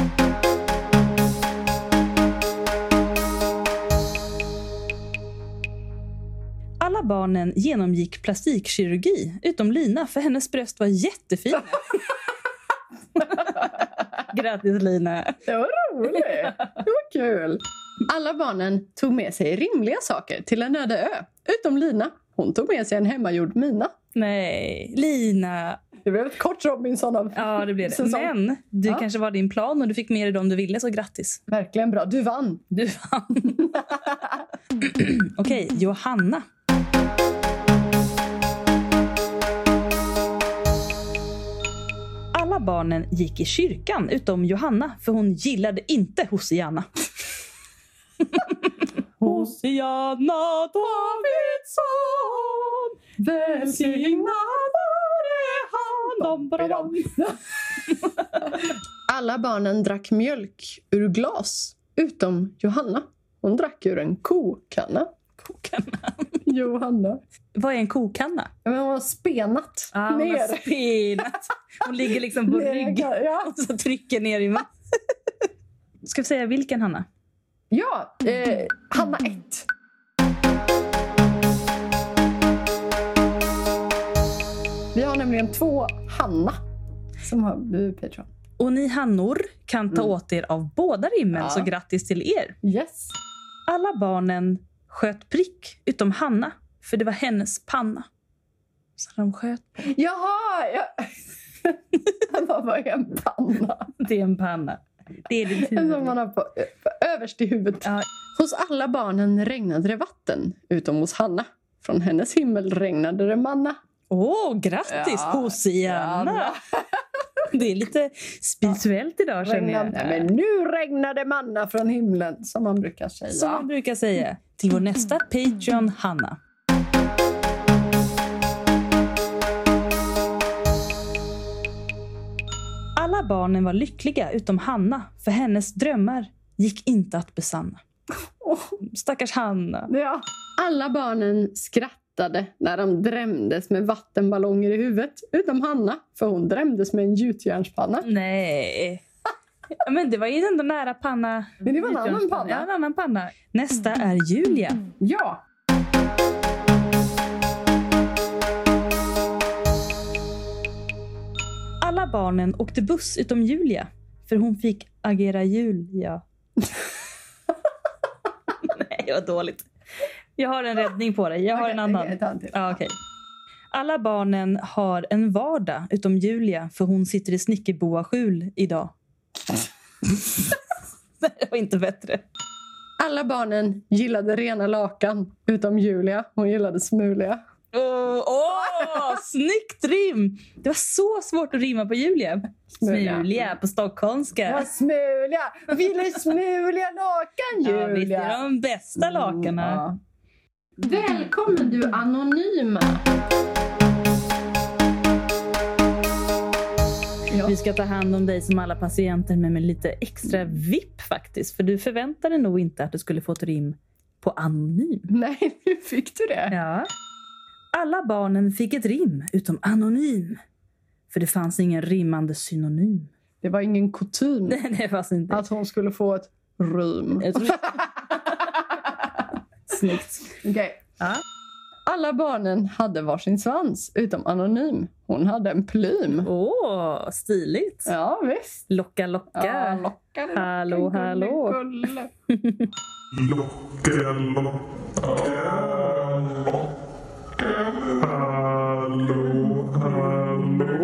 Alla barnen genomgick plastikkirurgi, utom Lina, för hennes bröst var jättefina. Grattis, Lina. Det var roligt. Det var kul. Alla barnen tog med sig rimliga saker till en öde ö. Utom Lina. Hon tog med sig en hemmagjord mina. Nej, Lina. Det blev ett kort Robinson av Ja, det blev det. säsong. Men det Ja. kanske var din plan och du fick med dig dem du ville, så grattis. Verkligen bra. Du vann. Du vann. Okej, Johanna. Alla barnen gick i kyrkan utom Johanna, för hon gillade inte Hosianna. Hosianna Davidsson, välsignad vare han. Alla barnen drack mjölk ur glas. Utom Johanna. Hon drack ur en kokanna. Kokanna. Johanna. Vad är en kokanna? Ja, men hon har spenat Ah, hon ner. har spenat. Hon ligger liksom på Ner, rygg ja. och så trycker ner i vattnet. Ska vi säga vilken, Hanna? Ja, eh, Hanna ett. Vi har nämligen två Hanna som har blivit Patreon. Och ni Hannor kan ta Mm. åt er av båda rimmen, Ja. så grattis till er. Yes. Alla barnen sköt prick utom Hanna, för det var hennes panna. Så de sköt på. Jaha! Ja. Vad var en panna? Det är en panna. Det är din En som huvud. man har på, på överst i huvudet. Ja. Hos alla barnen regnade det vatten, utom hos Hanna. Från hennes himmel regnade det manna. Åh, oh, grattis Ja. Hosianna! Ja, Det är lite spirituellt idag, känner jag. Regnade, men nu regnade manna från himlen, som man brukar säga. Som man brukar säga. Till vår nästa Patreon, Hanna. Alla barnen var lyckliga utom Hanna, för hennes drömmar gick inte att besanna. Åh, Stackars Hanna. ja. Alla barnen skrattade när de drämdes med vattenballonger i huvudet. Utom Hanna, för hon drämdes med en gjutjärnspanna. Nej. Ja, men det var ju ändå nära panna. Men det var en annan panna. Ja, en annan panna. Nästa är Julia. Ja. Alla barnen åkte buss utom Julia, för hon fick agera Julia. Nej, det var dåligt. Jag har en räddning på dig. Jag har Okej, en annan. okej, ta en till. Ja, okej. Alla barnen har en vardag utom Julia, för hon sitter i snickerboaskjul idag. Det var inte bättre. Alla barnen gillade rena lakan, utom Julia. Hon gillade smuliga. Åh, oh, snyggt rim! Det var så svårt att rimma på Julia. Smuliga. Smuliga på stockholmska. Ja, smuliga! Ville smuliga lakan, Julia! Ja, visst är de bästa lakarna. Mm, ja. Välkommen du anonyma! Ja. Vi ska ta hand om dig som alla patienter, men med lite extra vipp faktiskt. För du förväntade nog inte att du skulle få ett rim på anonym. Nej, nu fick du det. Ja. Alla barnen fick ett rim utom anonym. För det fanns ingen rimmande synonym. Det var ingen kutym Nej, det fanns inte. att hon skulle få ett rim. Jag tror... Snyggt. Okej. Ja. Alla barnen hade varsin svans, utom anonym. Hon hade en plym. Åh, stiligt. Ja, visst. Locka, locka. Ja, locka, locka, Hallå, gulle, hallå. gulle. Locka, locka, locka. Hallå, hallå.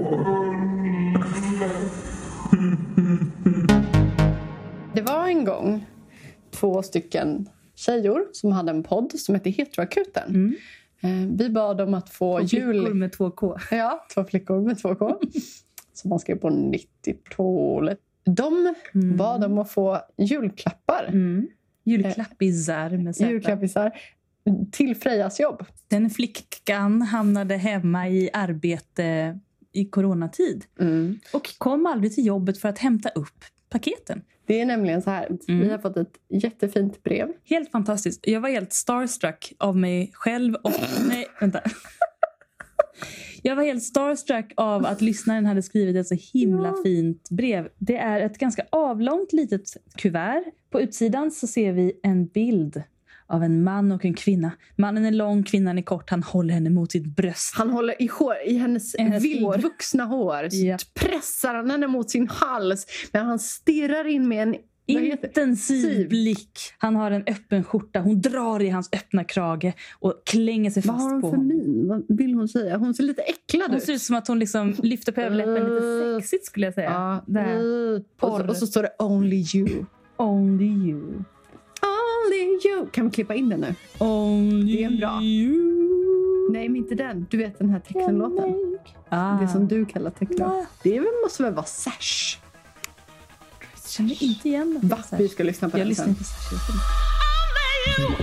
Det var en gång två stycken tjejor som hade en podd som hette Heteroakuten. Mm. Eh, Vi bad dem att få Och flickor jul... med två K. Ja, två flickor med två K. Som man skrev på nittiotalet. De Mm. bad om att få julklappar. Mm. Julklappisar med Z. Julklappisar till Frejas jobb. Den flickan hamnade hemma i arbete i coronatid. Mm. Och kom aldrig till jobbet för att hämta upp paketen. Det är nämligen så här. Mm. Vi har fått ett jättefint brev. Helt fantastiskt. Jag var helt starstruck av mig själv och... Nej, vänta. Jag var helt starstruck av att lyssnaren hade skrivit ett så himla fint brev. Det är ett ganska avlångt litet kuvert. På utsidan så ser vi en bild av en man och en kvinna. Mannen är lång, kvinnan är kort. Han håller henne mot sitt bröst. Han håller i, hår, i hennes, hennes vildvuxna hår. Så Yep. pressar han henne mot sin hals. Men han stirrar in med en intensiv blick. Han har en öppen skjorta. Hon drar i hans öppna krage och klänger sig Vad fast har hon på för honom. min? Vad vill hon säga? Hon ser lite äcklad Hon ut. ser ut som att hon liksom lyfter på överläppen lite sexigt skulle jag säga. Ja. Där. Uh, och, så, och så står det Only you. Only you. Only you. Kan vi klippa in den nu? Only Det är en bra. you. Nej, men inte den. Du vet den här teckenlåten. Ah. Det som du kallar tecknlåt. Nej. Det är väl, måste väl vara Sash? Jag känner inte igen den. Va? Vi ska lyssna på Jag den lyssnar sen. inte särskilt.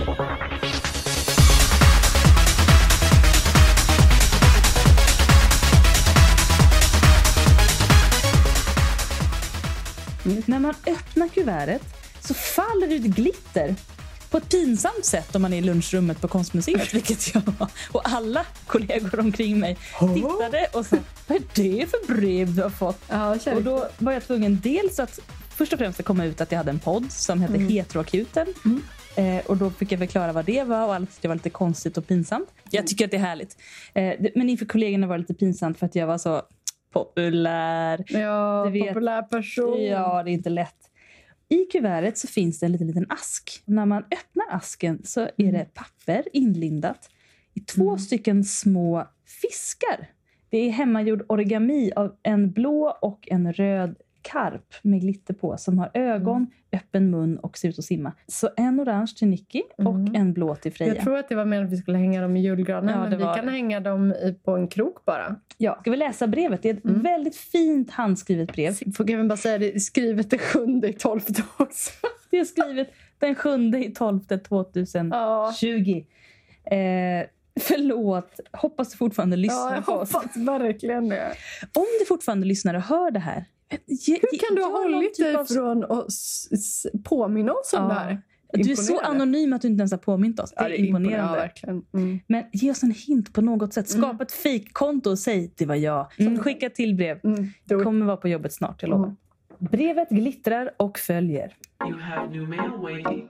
Mm. När man öppnar kuvertet så faller det ut glitter på ett pinsamt sätt om man är i lunchrummet på Konstmuseet, vilket jag och alla kollegor omkring mig tittade och sa, vad är det för brev du har fått? Ja, Och då var jag tvungen dels att först och främst att komma ut att jag hade en podd som hette Mm. Heteroakuten. Mm. Eh, och då fick jag förklara vad det var och alla tyckte det var lite konstigt och pinsamt. Jag tycker att det är härligt. Eh, det, men inför kollegorna var det lite pinsamt för att jag var så populär. Ja, Du vet. populär person. Ja, det är inte lätt. I kuvertet så finns det en liten, liten ask. När man öppnar asken så är det papper inlindat i två Mm. stycken små fiskar. Det är hemmagjord origami av en blå och en röd karp med glitter på som har ögon, Mm. öppen mun och ser ut att simma. Så en orange till Nicky och Mm. en blå till Freja. Jag tror att det var meningen att vi skulle hänga dem i julgranen. Ja, men det vi var kan det. hänga dem i, på en krok bara. Ja, ska vi läsa brevet? Det är ett Mm. väldigt fint handskrivet brev. Får jag bara säga det är skrivet den sjunde i tolfte också. Det är skrivet den sjunde i tolfte tjugohundratjugo. Ja. Eh, förlåt, hoppas du fortfarande lyssnar Ja, jag på oss. hoppas verkligen det. Om du fortfarande lyssnar och hör det här. Ge, Hur kan du ha gör någon hållit typ dig av- från att s- s- påminna oss om Ja. det här? Du är så Imponerande. anonym att du inte ens har påmint oss. Det är, Ja, imponerande. Ja, verkligen. Mm. Men ge oss en hint på något sätt. Skapa Mm. ett fake-konto och säg det var jag. Så Mm. skicka till brev. Mm. Det Do it. kommer vara på jobbet snart, jag lovar. Mm. Brevet glittrar och följer. You have new mail waiting.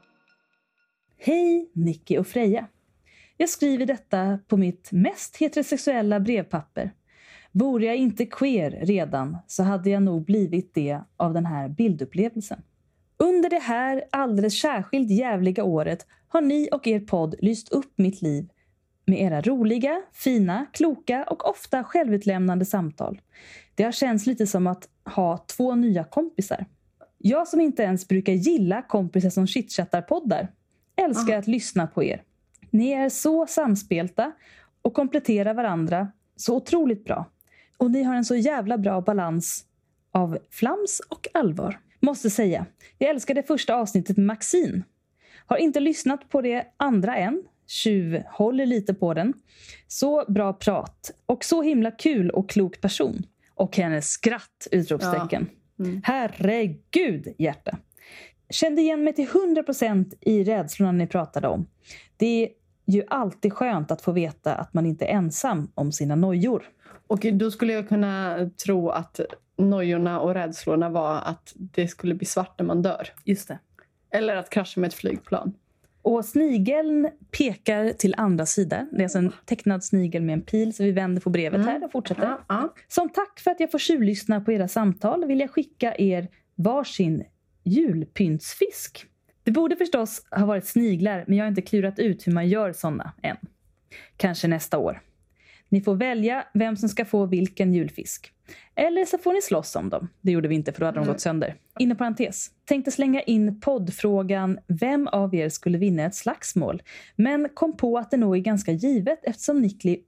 Hej Nicky och Freja. Jag skriver detta på mitt mest heterosexuella brevpapper. Vore jag inte queer redan så hade jag nog blivit det av den här bildupplevelsen. Under det här alldeles särskilt jävliga året har ni och er podd lyst upp mitt liv med era roliga, fina, kloka och ofta självutlämnande samtal. Det har känts lite som att ha två nya kompisar. Jag som inte ens brukar gilla kompisar som chitchattar-poddar älskar Ah. att lyssna på er. Ni är så samspelta och kompletterar varandra så otroligt bra. Och ni har en så jävla bra balans av flams och allvar. Måste säga, jag älskar det första avsnittet med Maxine. Har inte lyssnat på det andra än. Tjuv håller lite på den. Så bra prat. Och så himla kul och klok person. Och hennes skratt, utropstecken. Ja. Mm. Herregud, hjärta. Kände igen mig till hundra procent i rädslorna ni pratade om. Det är ju alltid skönt att få veta att man inte är ensam om sina nojor. Och då skulle jag kunna tro att nojorna och rädslorna var att det skulle bli svart när man dör. Just det. Eller att krascha med ett flygplan. Och snigeln pekar till andra sidan. Det är alltså en tecknad snigel med en pil. Så vi vänder på brevet Mm. här och fortsätter. Ja, ja. Som tack för att jag får tjuvlyssna på era samtal vill jag skicka er varsin julpyntsfisk. Det borde förstås ha varit sniglar, men jag har inte klurat ut hur man gör såna än. Kanske nästa år. Ni får välja vem som ska få vilken julfisk. Eller så får ni slåss om dem. Det gjorde vi inte för då hade de gått sönder. Inom parentes. Tänkte slänga in poddfrågan vem av er skulle vinna ett slagsmål. Men kom på att det nog är ganska givet eftersom Nicky...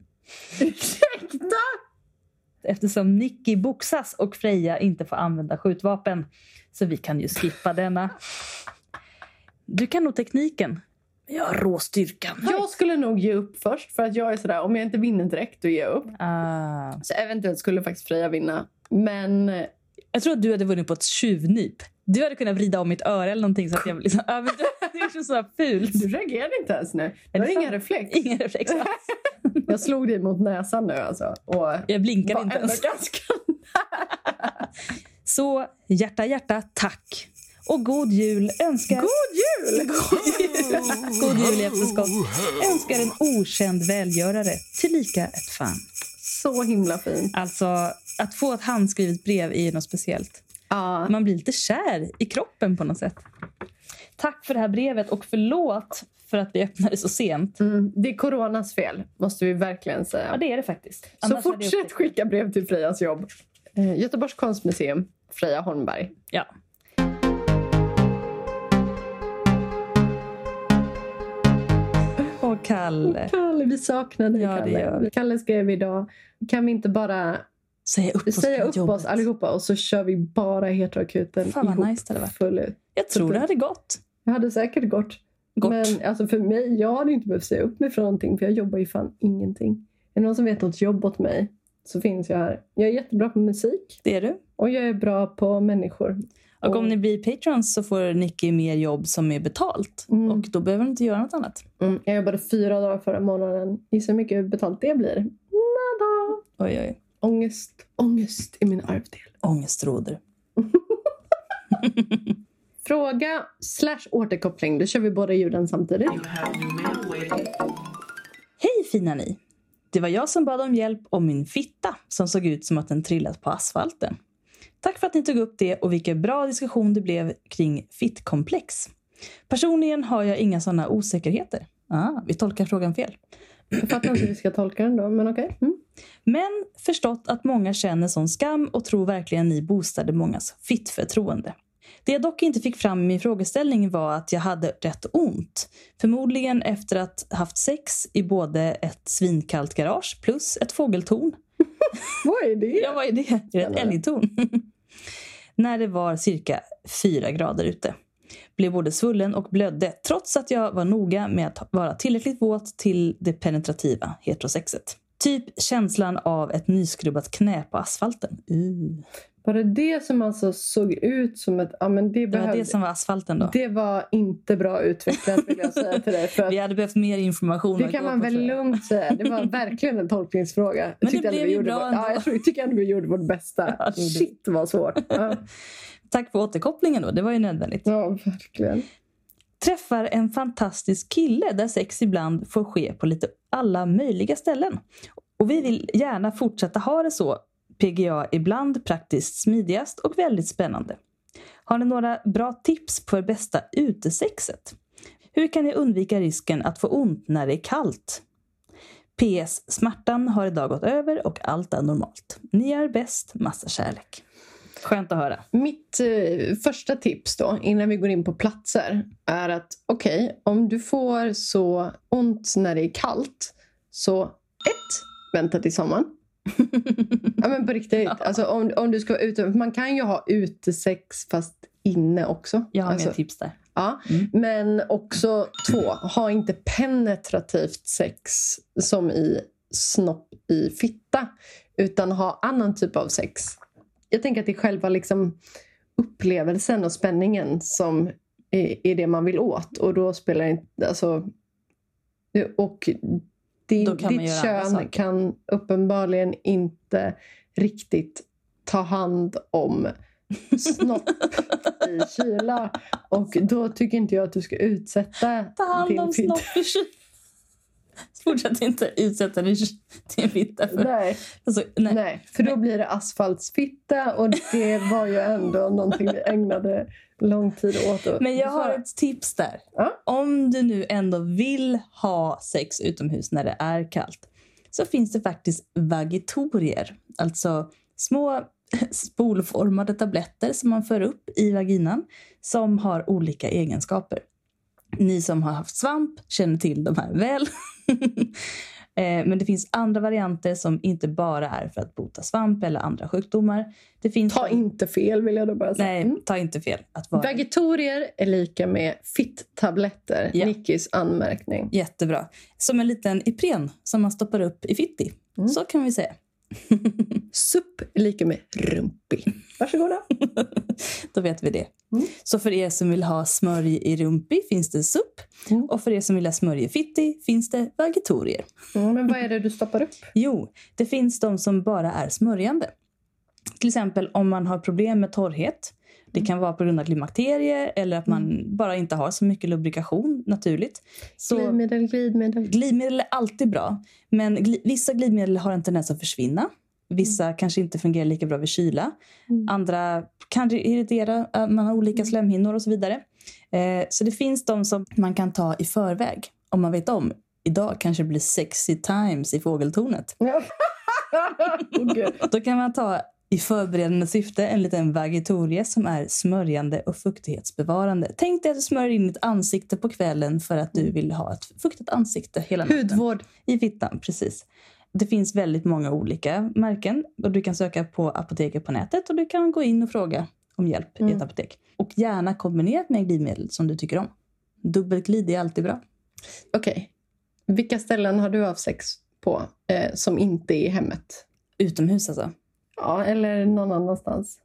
Ursäkta! Eftersom Nicky boxas och Freja inte får använda skjutvapen. Så vi kan ju skippa denna. Du kan nog tekniken. Jag har råstyrkan. Jag skulle nog ge upp först. För att jag är sådär, om jag inte vinner direkt då ger jag upp. Ah. Så eventuellt skulle faktiskt Freja vinna. Men Jag tror att du hade vunnit på ett tjuvnyp. Du hade kunnat vrida om mitt öra eller någonting så att jag liksom... Ja, men du är så, så fult. Du reagerade inte ens nu. Det var ingen reflex. Ingen reflex alls. Jag slog dig mot näsan nu alltså. Och jag blinkade inte ens. Ganska... Så hjärta, hjärta, tack. Och god jul önskar... God jul! God jul, god jul i efterskott. Önskar en okänd välgörare tillika ett fan. Så himla fint. Alltså, att få ett handskrivet brev är något speciellt. Ja. Man blir lite kär i kroppen på något sätt. Tack för det här brevet och förlåt för att vi öppnade så sent. Mm, det är coronas fel, måste vi verkligen säga. Ja, det är det faktiskt. Så Annars fortsätt skicka brev till Frejas jobb. Eh, Göteborgs konstmuseum, Freja Holmberg. Ja. Och Kalle. Kalle, vi saknar dig, Ja, det Kalle. gör vi. Kalle skrev idag, kan vi inte bara Säga upp oss, säga upp jobbet. oss allihopa och så kör vi bara heteroakuten Fan vad ihop nice det hade varit. full ut. Jag tror det hade gått. Det hade säkert gått. Gått. Men alltså för mig, jag hade inte behövt säga upp mig från någonting för jag jobbar ju fan ingenting. Är det någon som vet något jobb åt mig så finns jag här. Jag är jättebra på musik Det är du. och jag är bra på människor. Och om ni blir patrons så får Nicky mer jobb som är betalt. Mm. Och då behöver ni inte göra något annat. Mm, jag jobbade fyra dagar förra månaden. Gissa hur mycket betalt det blir. Nada. Oj, oj. Ångest. Ångest i min arvdel. Ångestråder. Fråga slash återkoppling. Då kör vi båda ljuden samtidigt. Hej fina ni. Det var jag som bad om hjälp om min fitta som såg ut som att den trillat på asfalten. Tack för att ni tog upp det och vilken bra diskussion det blev kring fittkomplex. Personligen har jag inga sådana osäkerheter. Ah, vi tolkar frågan fel. Jag fattar inte hur vi ska tolka den då, men okej. Okay. Mm. Men förstått att många känner sån skam och tror verkligen ni boostade mångas fittförtroende. Det jag dock inte fick fram i min frågeställning var att jag hade rätt ont. Förmodligen efter att haft sex i både ett svinkallt garage plus ett fågeltorn. Vad är det? Ja, vad är det? Det är ett älgtorn. När det var cirka fyra grader ute. Blev både svullen och blödde trots att jag var noga med att vara tillräckligt våt till det penetrativa heterosexet. Typ känslan av ett nyskrubbat knä på asfalten. Uh. Var det det som alltså såg ut som ett... Ja, men det, Det behövde, var det som var asfalten då. det var inte bra utvecklat vill jag säga till dig. För att Vi hade behövt mer information. det att kan gå man på, väl tror jag. lugnt säga. Det var verkligen en tolkningsfråga. Jag Men tyckte det ändå blev vi ju gjorde bra vår, ändå. ja, jag tror, jag tycker ändå vi gjorde vårt bästa. Ja, det gjorde Shit, vad svårt. Ja, Tack för återkopplingen då, det var ju nödvändigt. ja verkligen. Träffar en fantastisk kille där sex ibland får ske på lite alla möjliga ställen. Och vi vill gärna fortsätta ha det så. P G A ibland praktiskt smidigast och väldigt spännande. Har ni några bra tips på det bästa utesexet? Hur kan ni undvika risken att få ont när det är kallt? P S. Smärtan har idag gått över och allt är normalt. Ni är bäst, massa kärlek. Skönt att höra. Mitt eh, första tips då, innan vi går in på platser, är att okej, okay, om du får så ont när det är kallt, så ett, vänta till sommaren. Ja men på riktigt, alltså om, om du ska vara ute, man kan ju ha utesex fast inne också. Jag har alltså, mer tips där. Ja, mm. Men också två, ha inte penetrativt sex som i snopp i fitta, utan ha annan typ av sex. Jag tänker att det är själva liksom upplevelsen och spänningen som är, är det man vill åt. Och då spelar det inte... Alltså, och din, då kan ditt kön kan uppenbarligen inte riktigt ta hand om snopp i kyla. Och då tycker inte jag att du ska utsätta Ta hand din om fitta. snopp i kyla. Fortsätt inte utsätta dig till en fitta. För. Nej. Alltså, nej. nej, för då blir det asfaltsfitta och det var ju ändå någonting vi ägnade lång tid åt. Men jag har ett tips där. Ja? Om du nu ändå vill ha sex utomhus när det är kallt, så finns det faktiskt vagitorier. Alltså små spolformade tabletter som man för upp i vaginan som har olika egenskaper. Ni som har haft svamp känner till de här väl. Men det finns andra varianter som inte bara är för att bota svamp eller andra sjukdomar. Det finns ta inte fel vill jag då bara säga. Nej, Mm. ta inte fel. Att vara... Vagitorier är lika med fitt-tabletter. Ja. Nickis anmärkning. Jättebra. Som en liten Ipren som man stoppar upp i fitti. Mm. Så kan vi säga. supp är lika med rumpi. Varsågoda. Då vet vi det. Mm. Så för er som vill ha smörj i rumpi finns det supp. Mm. Och för er som vill ha smörj i fitti finns det vagetorier. Mm, men vad är det du stoppar upp? Jo, det finns de som bara är smörjande. Till exempel om man har problem med torrhet. Det kan vara på grund av klimakterier eller att man mm. bara inte har så mycket lubrikation naturligt. Så glidmedel, glidmedel. Glidmedel är alltid bra. Men gl- vissa glidmedel har en tendens att försvinna. Vissa mm. kanske inte fungerar lika bra vid kyla. Mm. Andra kan irritera. Man har olika slemhinnor och så vidare. Eh, så det finns de som man kan ta i förväg. Om man vet om. Idag kanske det blir sexy times i fågeltornet. Okay. Då kan man ta i förberedande syfte en liten vagetorie som är smörjande och fuktighetsbevarande. Tänk dig att du smörjer in ditt ansikte på kvällen för att du vill ha ett fuktigt ansikte hela natten. Hudvård. I fittan, precis. Det finns väldigt många olika märken och du kan söka på apoteket på nätet och du kan gå in och fråga om hjälp mm. i ett apotek. Och gärna kombinerat med glidmedel som du tycker om. Dubbelglid är alltid bra. Okej. Okay. Vilka ställen har du haft sex på eh, som inte är i hemmet? Utomhus alltså? Ja, eller någon annanstans.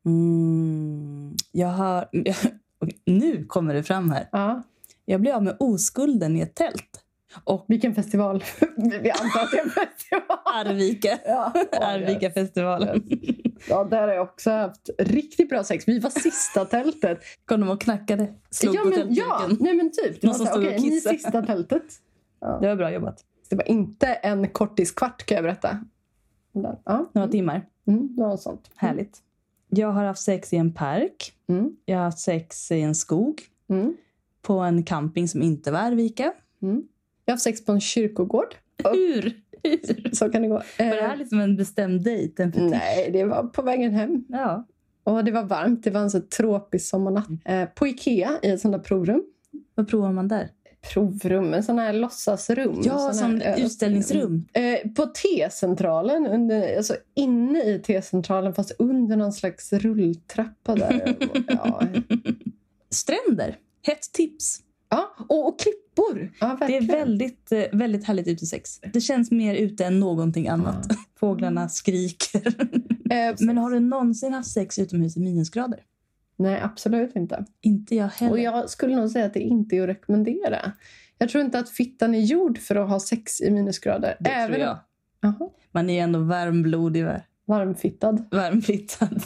Mm, jag har... Nu kommer det fram här. Ja. Jag blev av med oskulden i ett tält. Och vilken festival? Vi antar att det är en festival. Arvika. Ja, Arvika-festivalen. Ja, där har jag också haft riktigt bra sex. Vi var sista tältet. Kom de och knackade? Slog ja, på men, ja, nej men typ. Det var så, okej, ni är sista tältet. Ja. Det var bra jobbat. Det var inte en kortiskvart, kan jag berätta. Ja. Några timmar. Mm, något sånt. Härligt. Jag har haft sex i en park. Mm. Jag har haft sex i en skog. Mm. På en camping som inte var Arvika. Mm. Jag har haft sex på en kyrkogård. Hur? Hur? Så kan det gå. Var det här liksom en bestämd dejt? En Nej, det var på vägen hem. Ja. Och det var varmt. Det var en så tropisk sommarnatt. Mm. På Ikea i ett sånt där provrum. Vad provar man där? Provrum, en sån här låtsasrum. Ja, som här, utställningsrum. Eh, på T-centralen, under, alltså inne i T-centralen fast under någon slags rulltrappa där. Ja. Stränder, hett tips. Ja, och, och klippor. Ja, det är väldigt, väldigt härligt utesex. Det känns mer ute än någonting annat. Ja. Fåglarna skriker. Eh, Men har du någonsin haft sex utomhus i minusgrader? Nej, absolut inte. Inte jag heller. Och jag skulle nog säga att det inte är att rekommendera. Jag tror inte att fittan är gjord för att ha sex i minusgrader. Det Även tror jag. Aha. Man är ändå varmblodig. Va? Varmfittad. Varmfittad.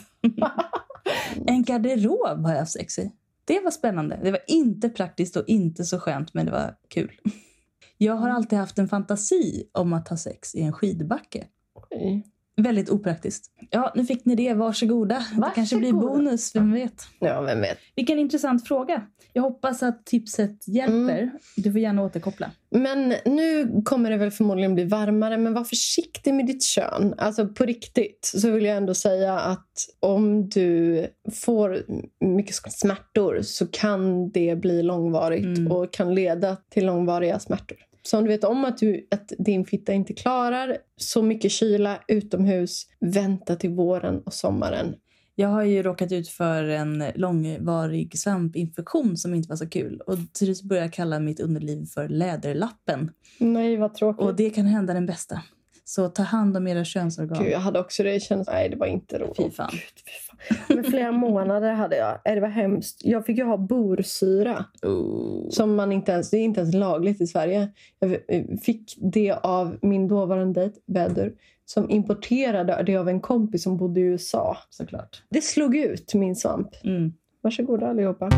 En garderob har jag haft sex i. Det var spännande. Det var inte praktiskt och inte så skönt, men det var kul. Jag har alltid haft en fantasi om att ha sex i en skidbacke. Oj. Väldigt opraktiskt. Ja, nu fick ni det. Varsågoda. Varsågoda. Det kanske blir bonus, vem vet. Ja, vem vet. Vilken intressant fråga. Jag hoppas att tipset hjälper. Mm. Du får gärna återkoppla. Men nu kommer det väl förmodligen bli varmare. Men var försiktig med ditt kön. Alltså på riktigt så vill jag ändå säga att om du får mycket smärtor så kan det bli långvarigt. Mm. Och kan leda till långvariga smärtor. Så om du vet om att, du, att din fitta inte klarar så mycket kyla utomhus, vänta till våren och sommaren. Jag har ju råkat ut för en långvarig svampinfektion som inte var så kul. Och till slut började jag kalla mitt underliv för läderlappen. Nej, vad tråkigt. Och det kan hända den bästa. Så ta hand om era könsorgan. Gud, jag hade också det. Känns... Nej, det var inte roligt. Fy fan. Gud, fy fan. Men flera månader hade jag. Det var hemskt. Jag fick ju ha borsyra. Oh. Som man inte ens... Det är inte ens lagligt i Sverige. Jag fick det av min dåvarande dejt, Väder. Som importerade det av en kompis som bodde i U S A. Såklart. Det slog ut min svamp. Mm. Varsågoda allihopa.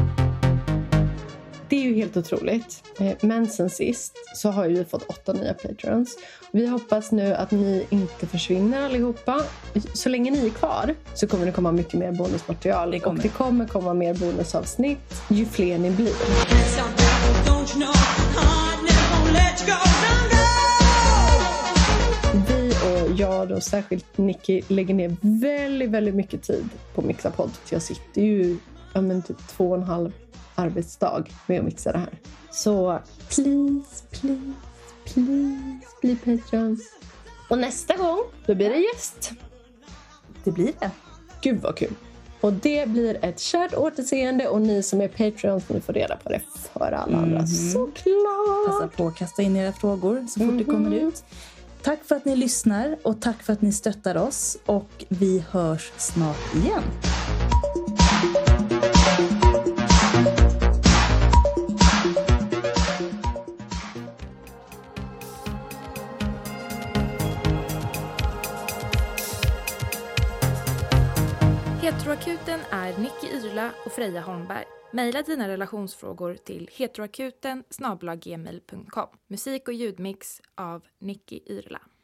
Det är ju helt otroligt. Men sen sist så har vi fått åtta nya patrons. Vi hoppas nu att ni inte försvinner allihopa. Så länge ni är kvar så kommer det komma mycket mer bonusmaterial. Det kommer. Och det kommer komma mer bonusavsnitt ju fler ni blir. Vi och jag då, särskilt Nicky, lägger ner väldigt, väldigt mycket tid på Mixapod. Jag sitter ju ja, men typ två och en halv arbetsdag med att mixa det här. Så please, please, please bli patrons. Och nästa gång, då blir det gäst. Det blir det. Gud vad kul. Och det blir ett kärt återseende och ni som är patrons, ni får reda på det för alla andra. Mm-hmm. Såklart! Passa på att kasta in era frågor så fort mm-hmm. det kommer ut. Tack för att ni lyssnar och tack för att ni stöttar oss. Och vi hörs snart igen. Heteroakuten är Nicky Yrla och Freja Holmberg. Maila dina relationsfrågor till heteroakuten snabel-a gmail punkt com. Musik och ljudmix av Nicky Yrla.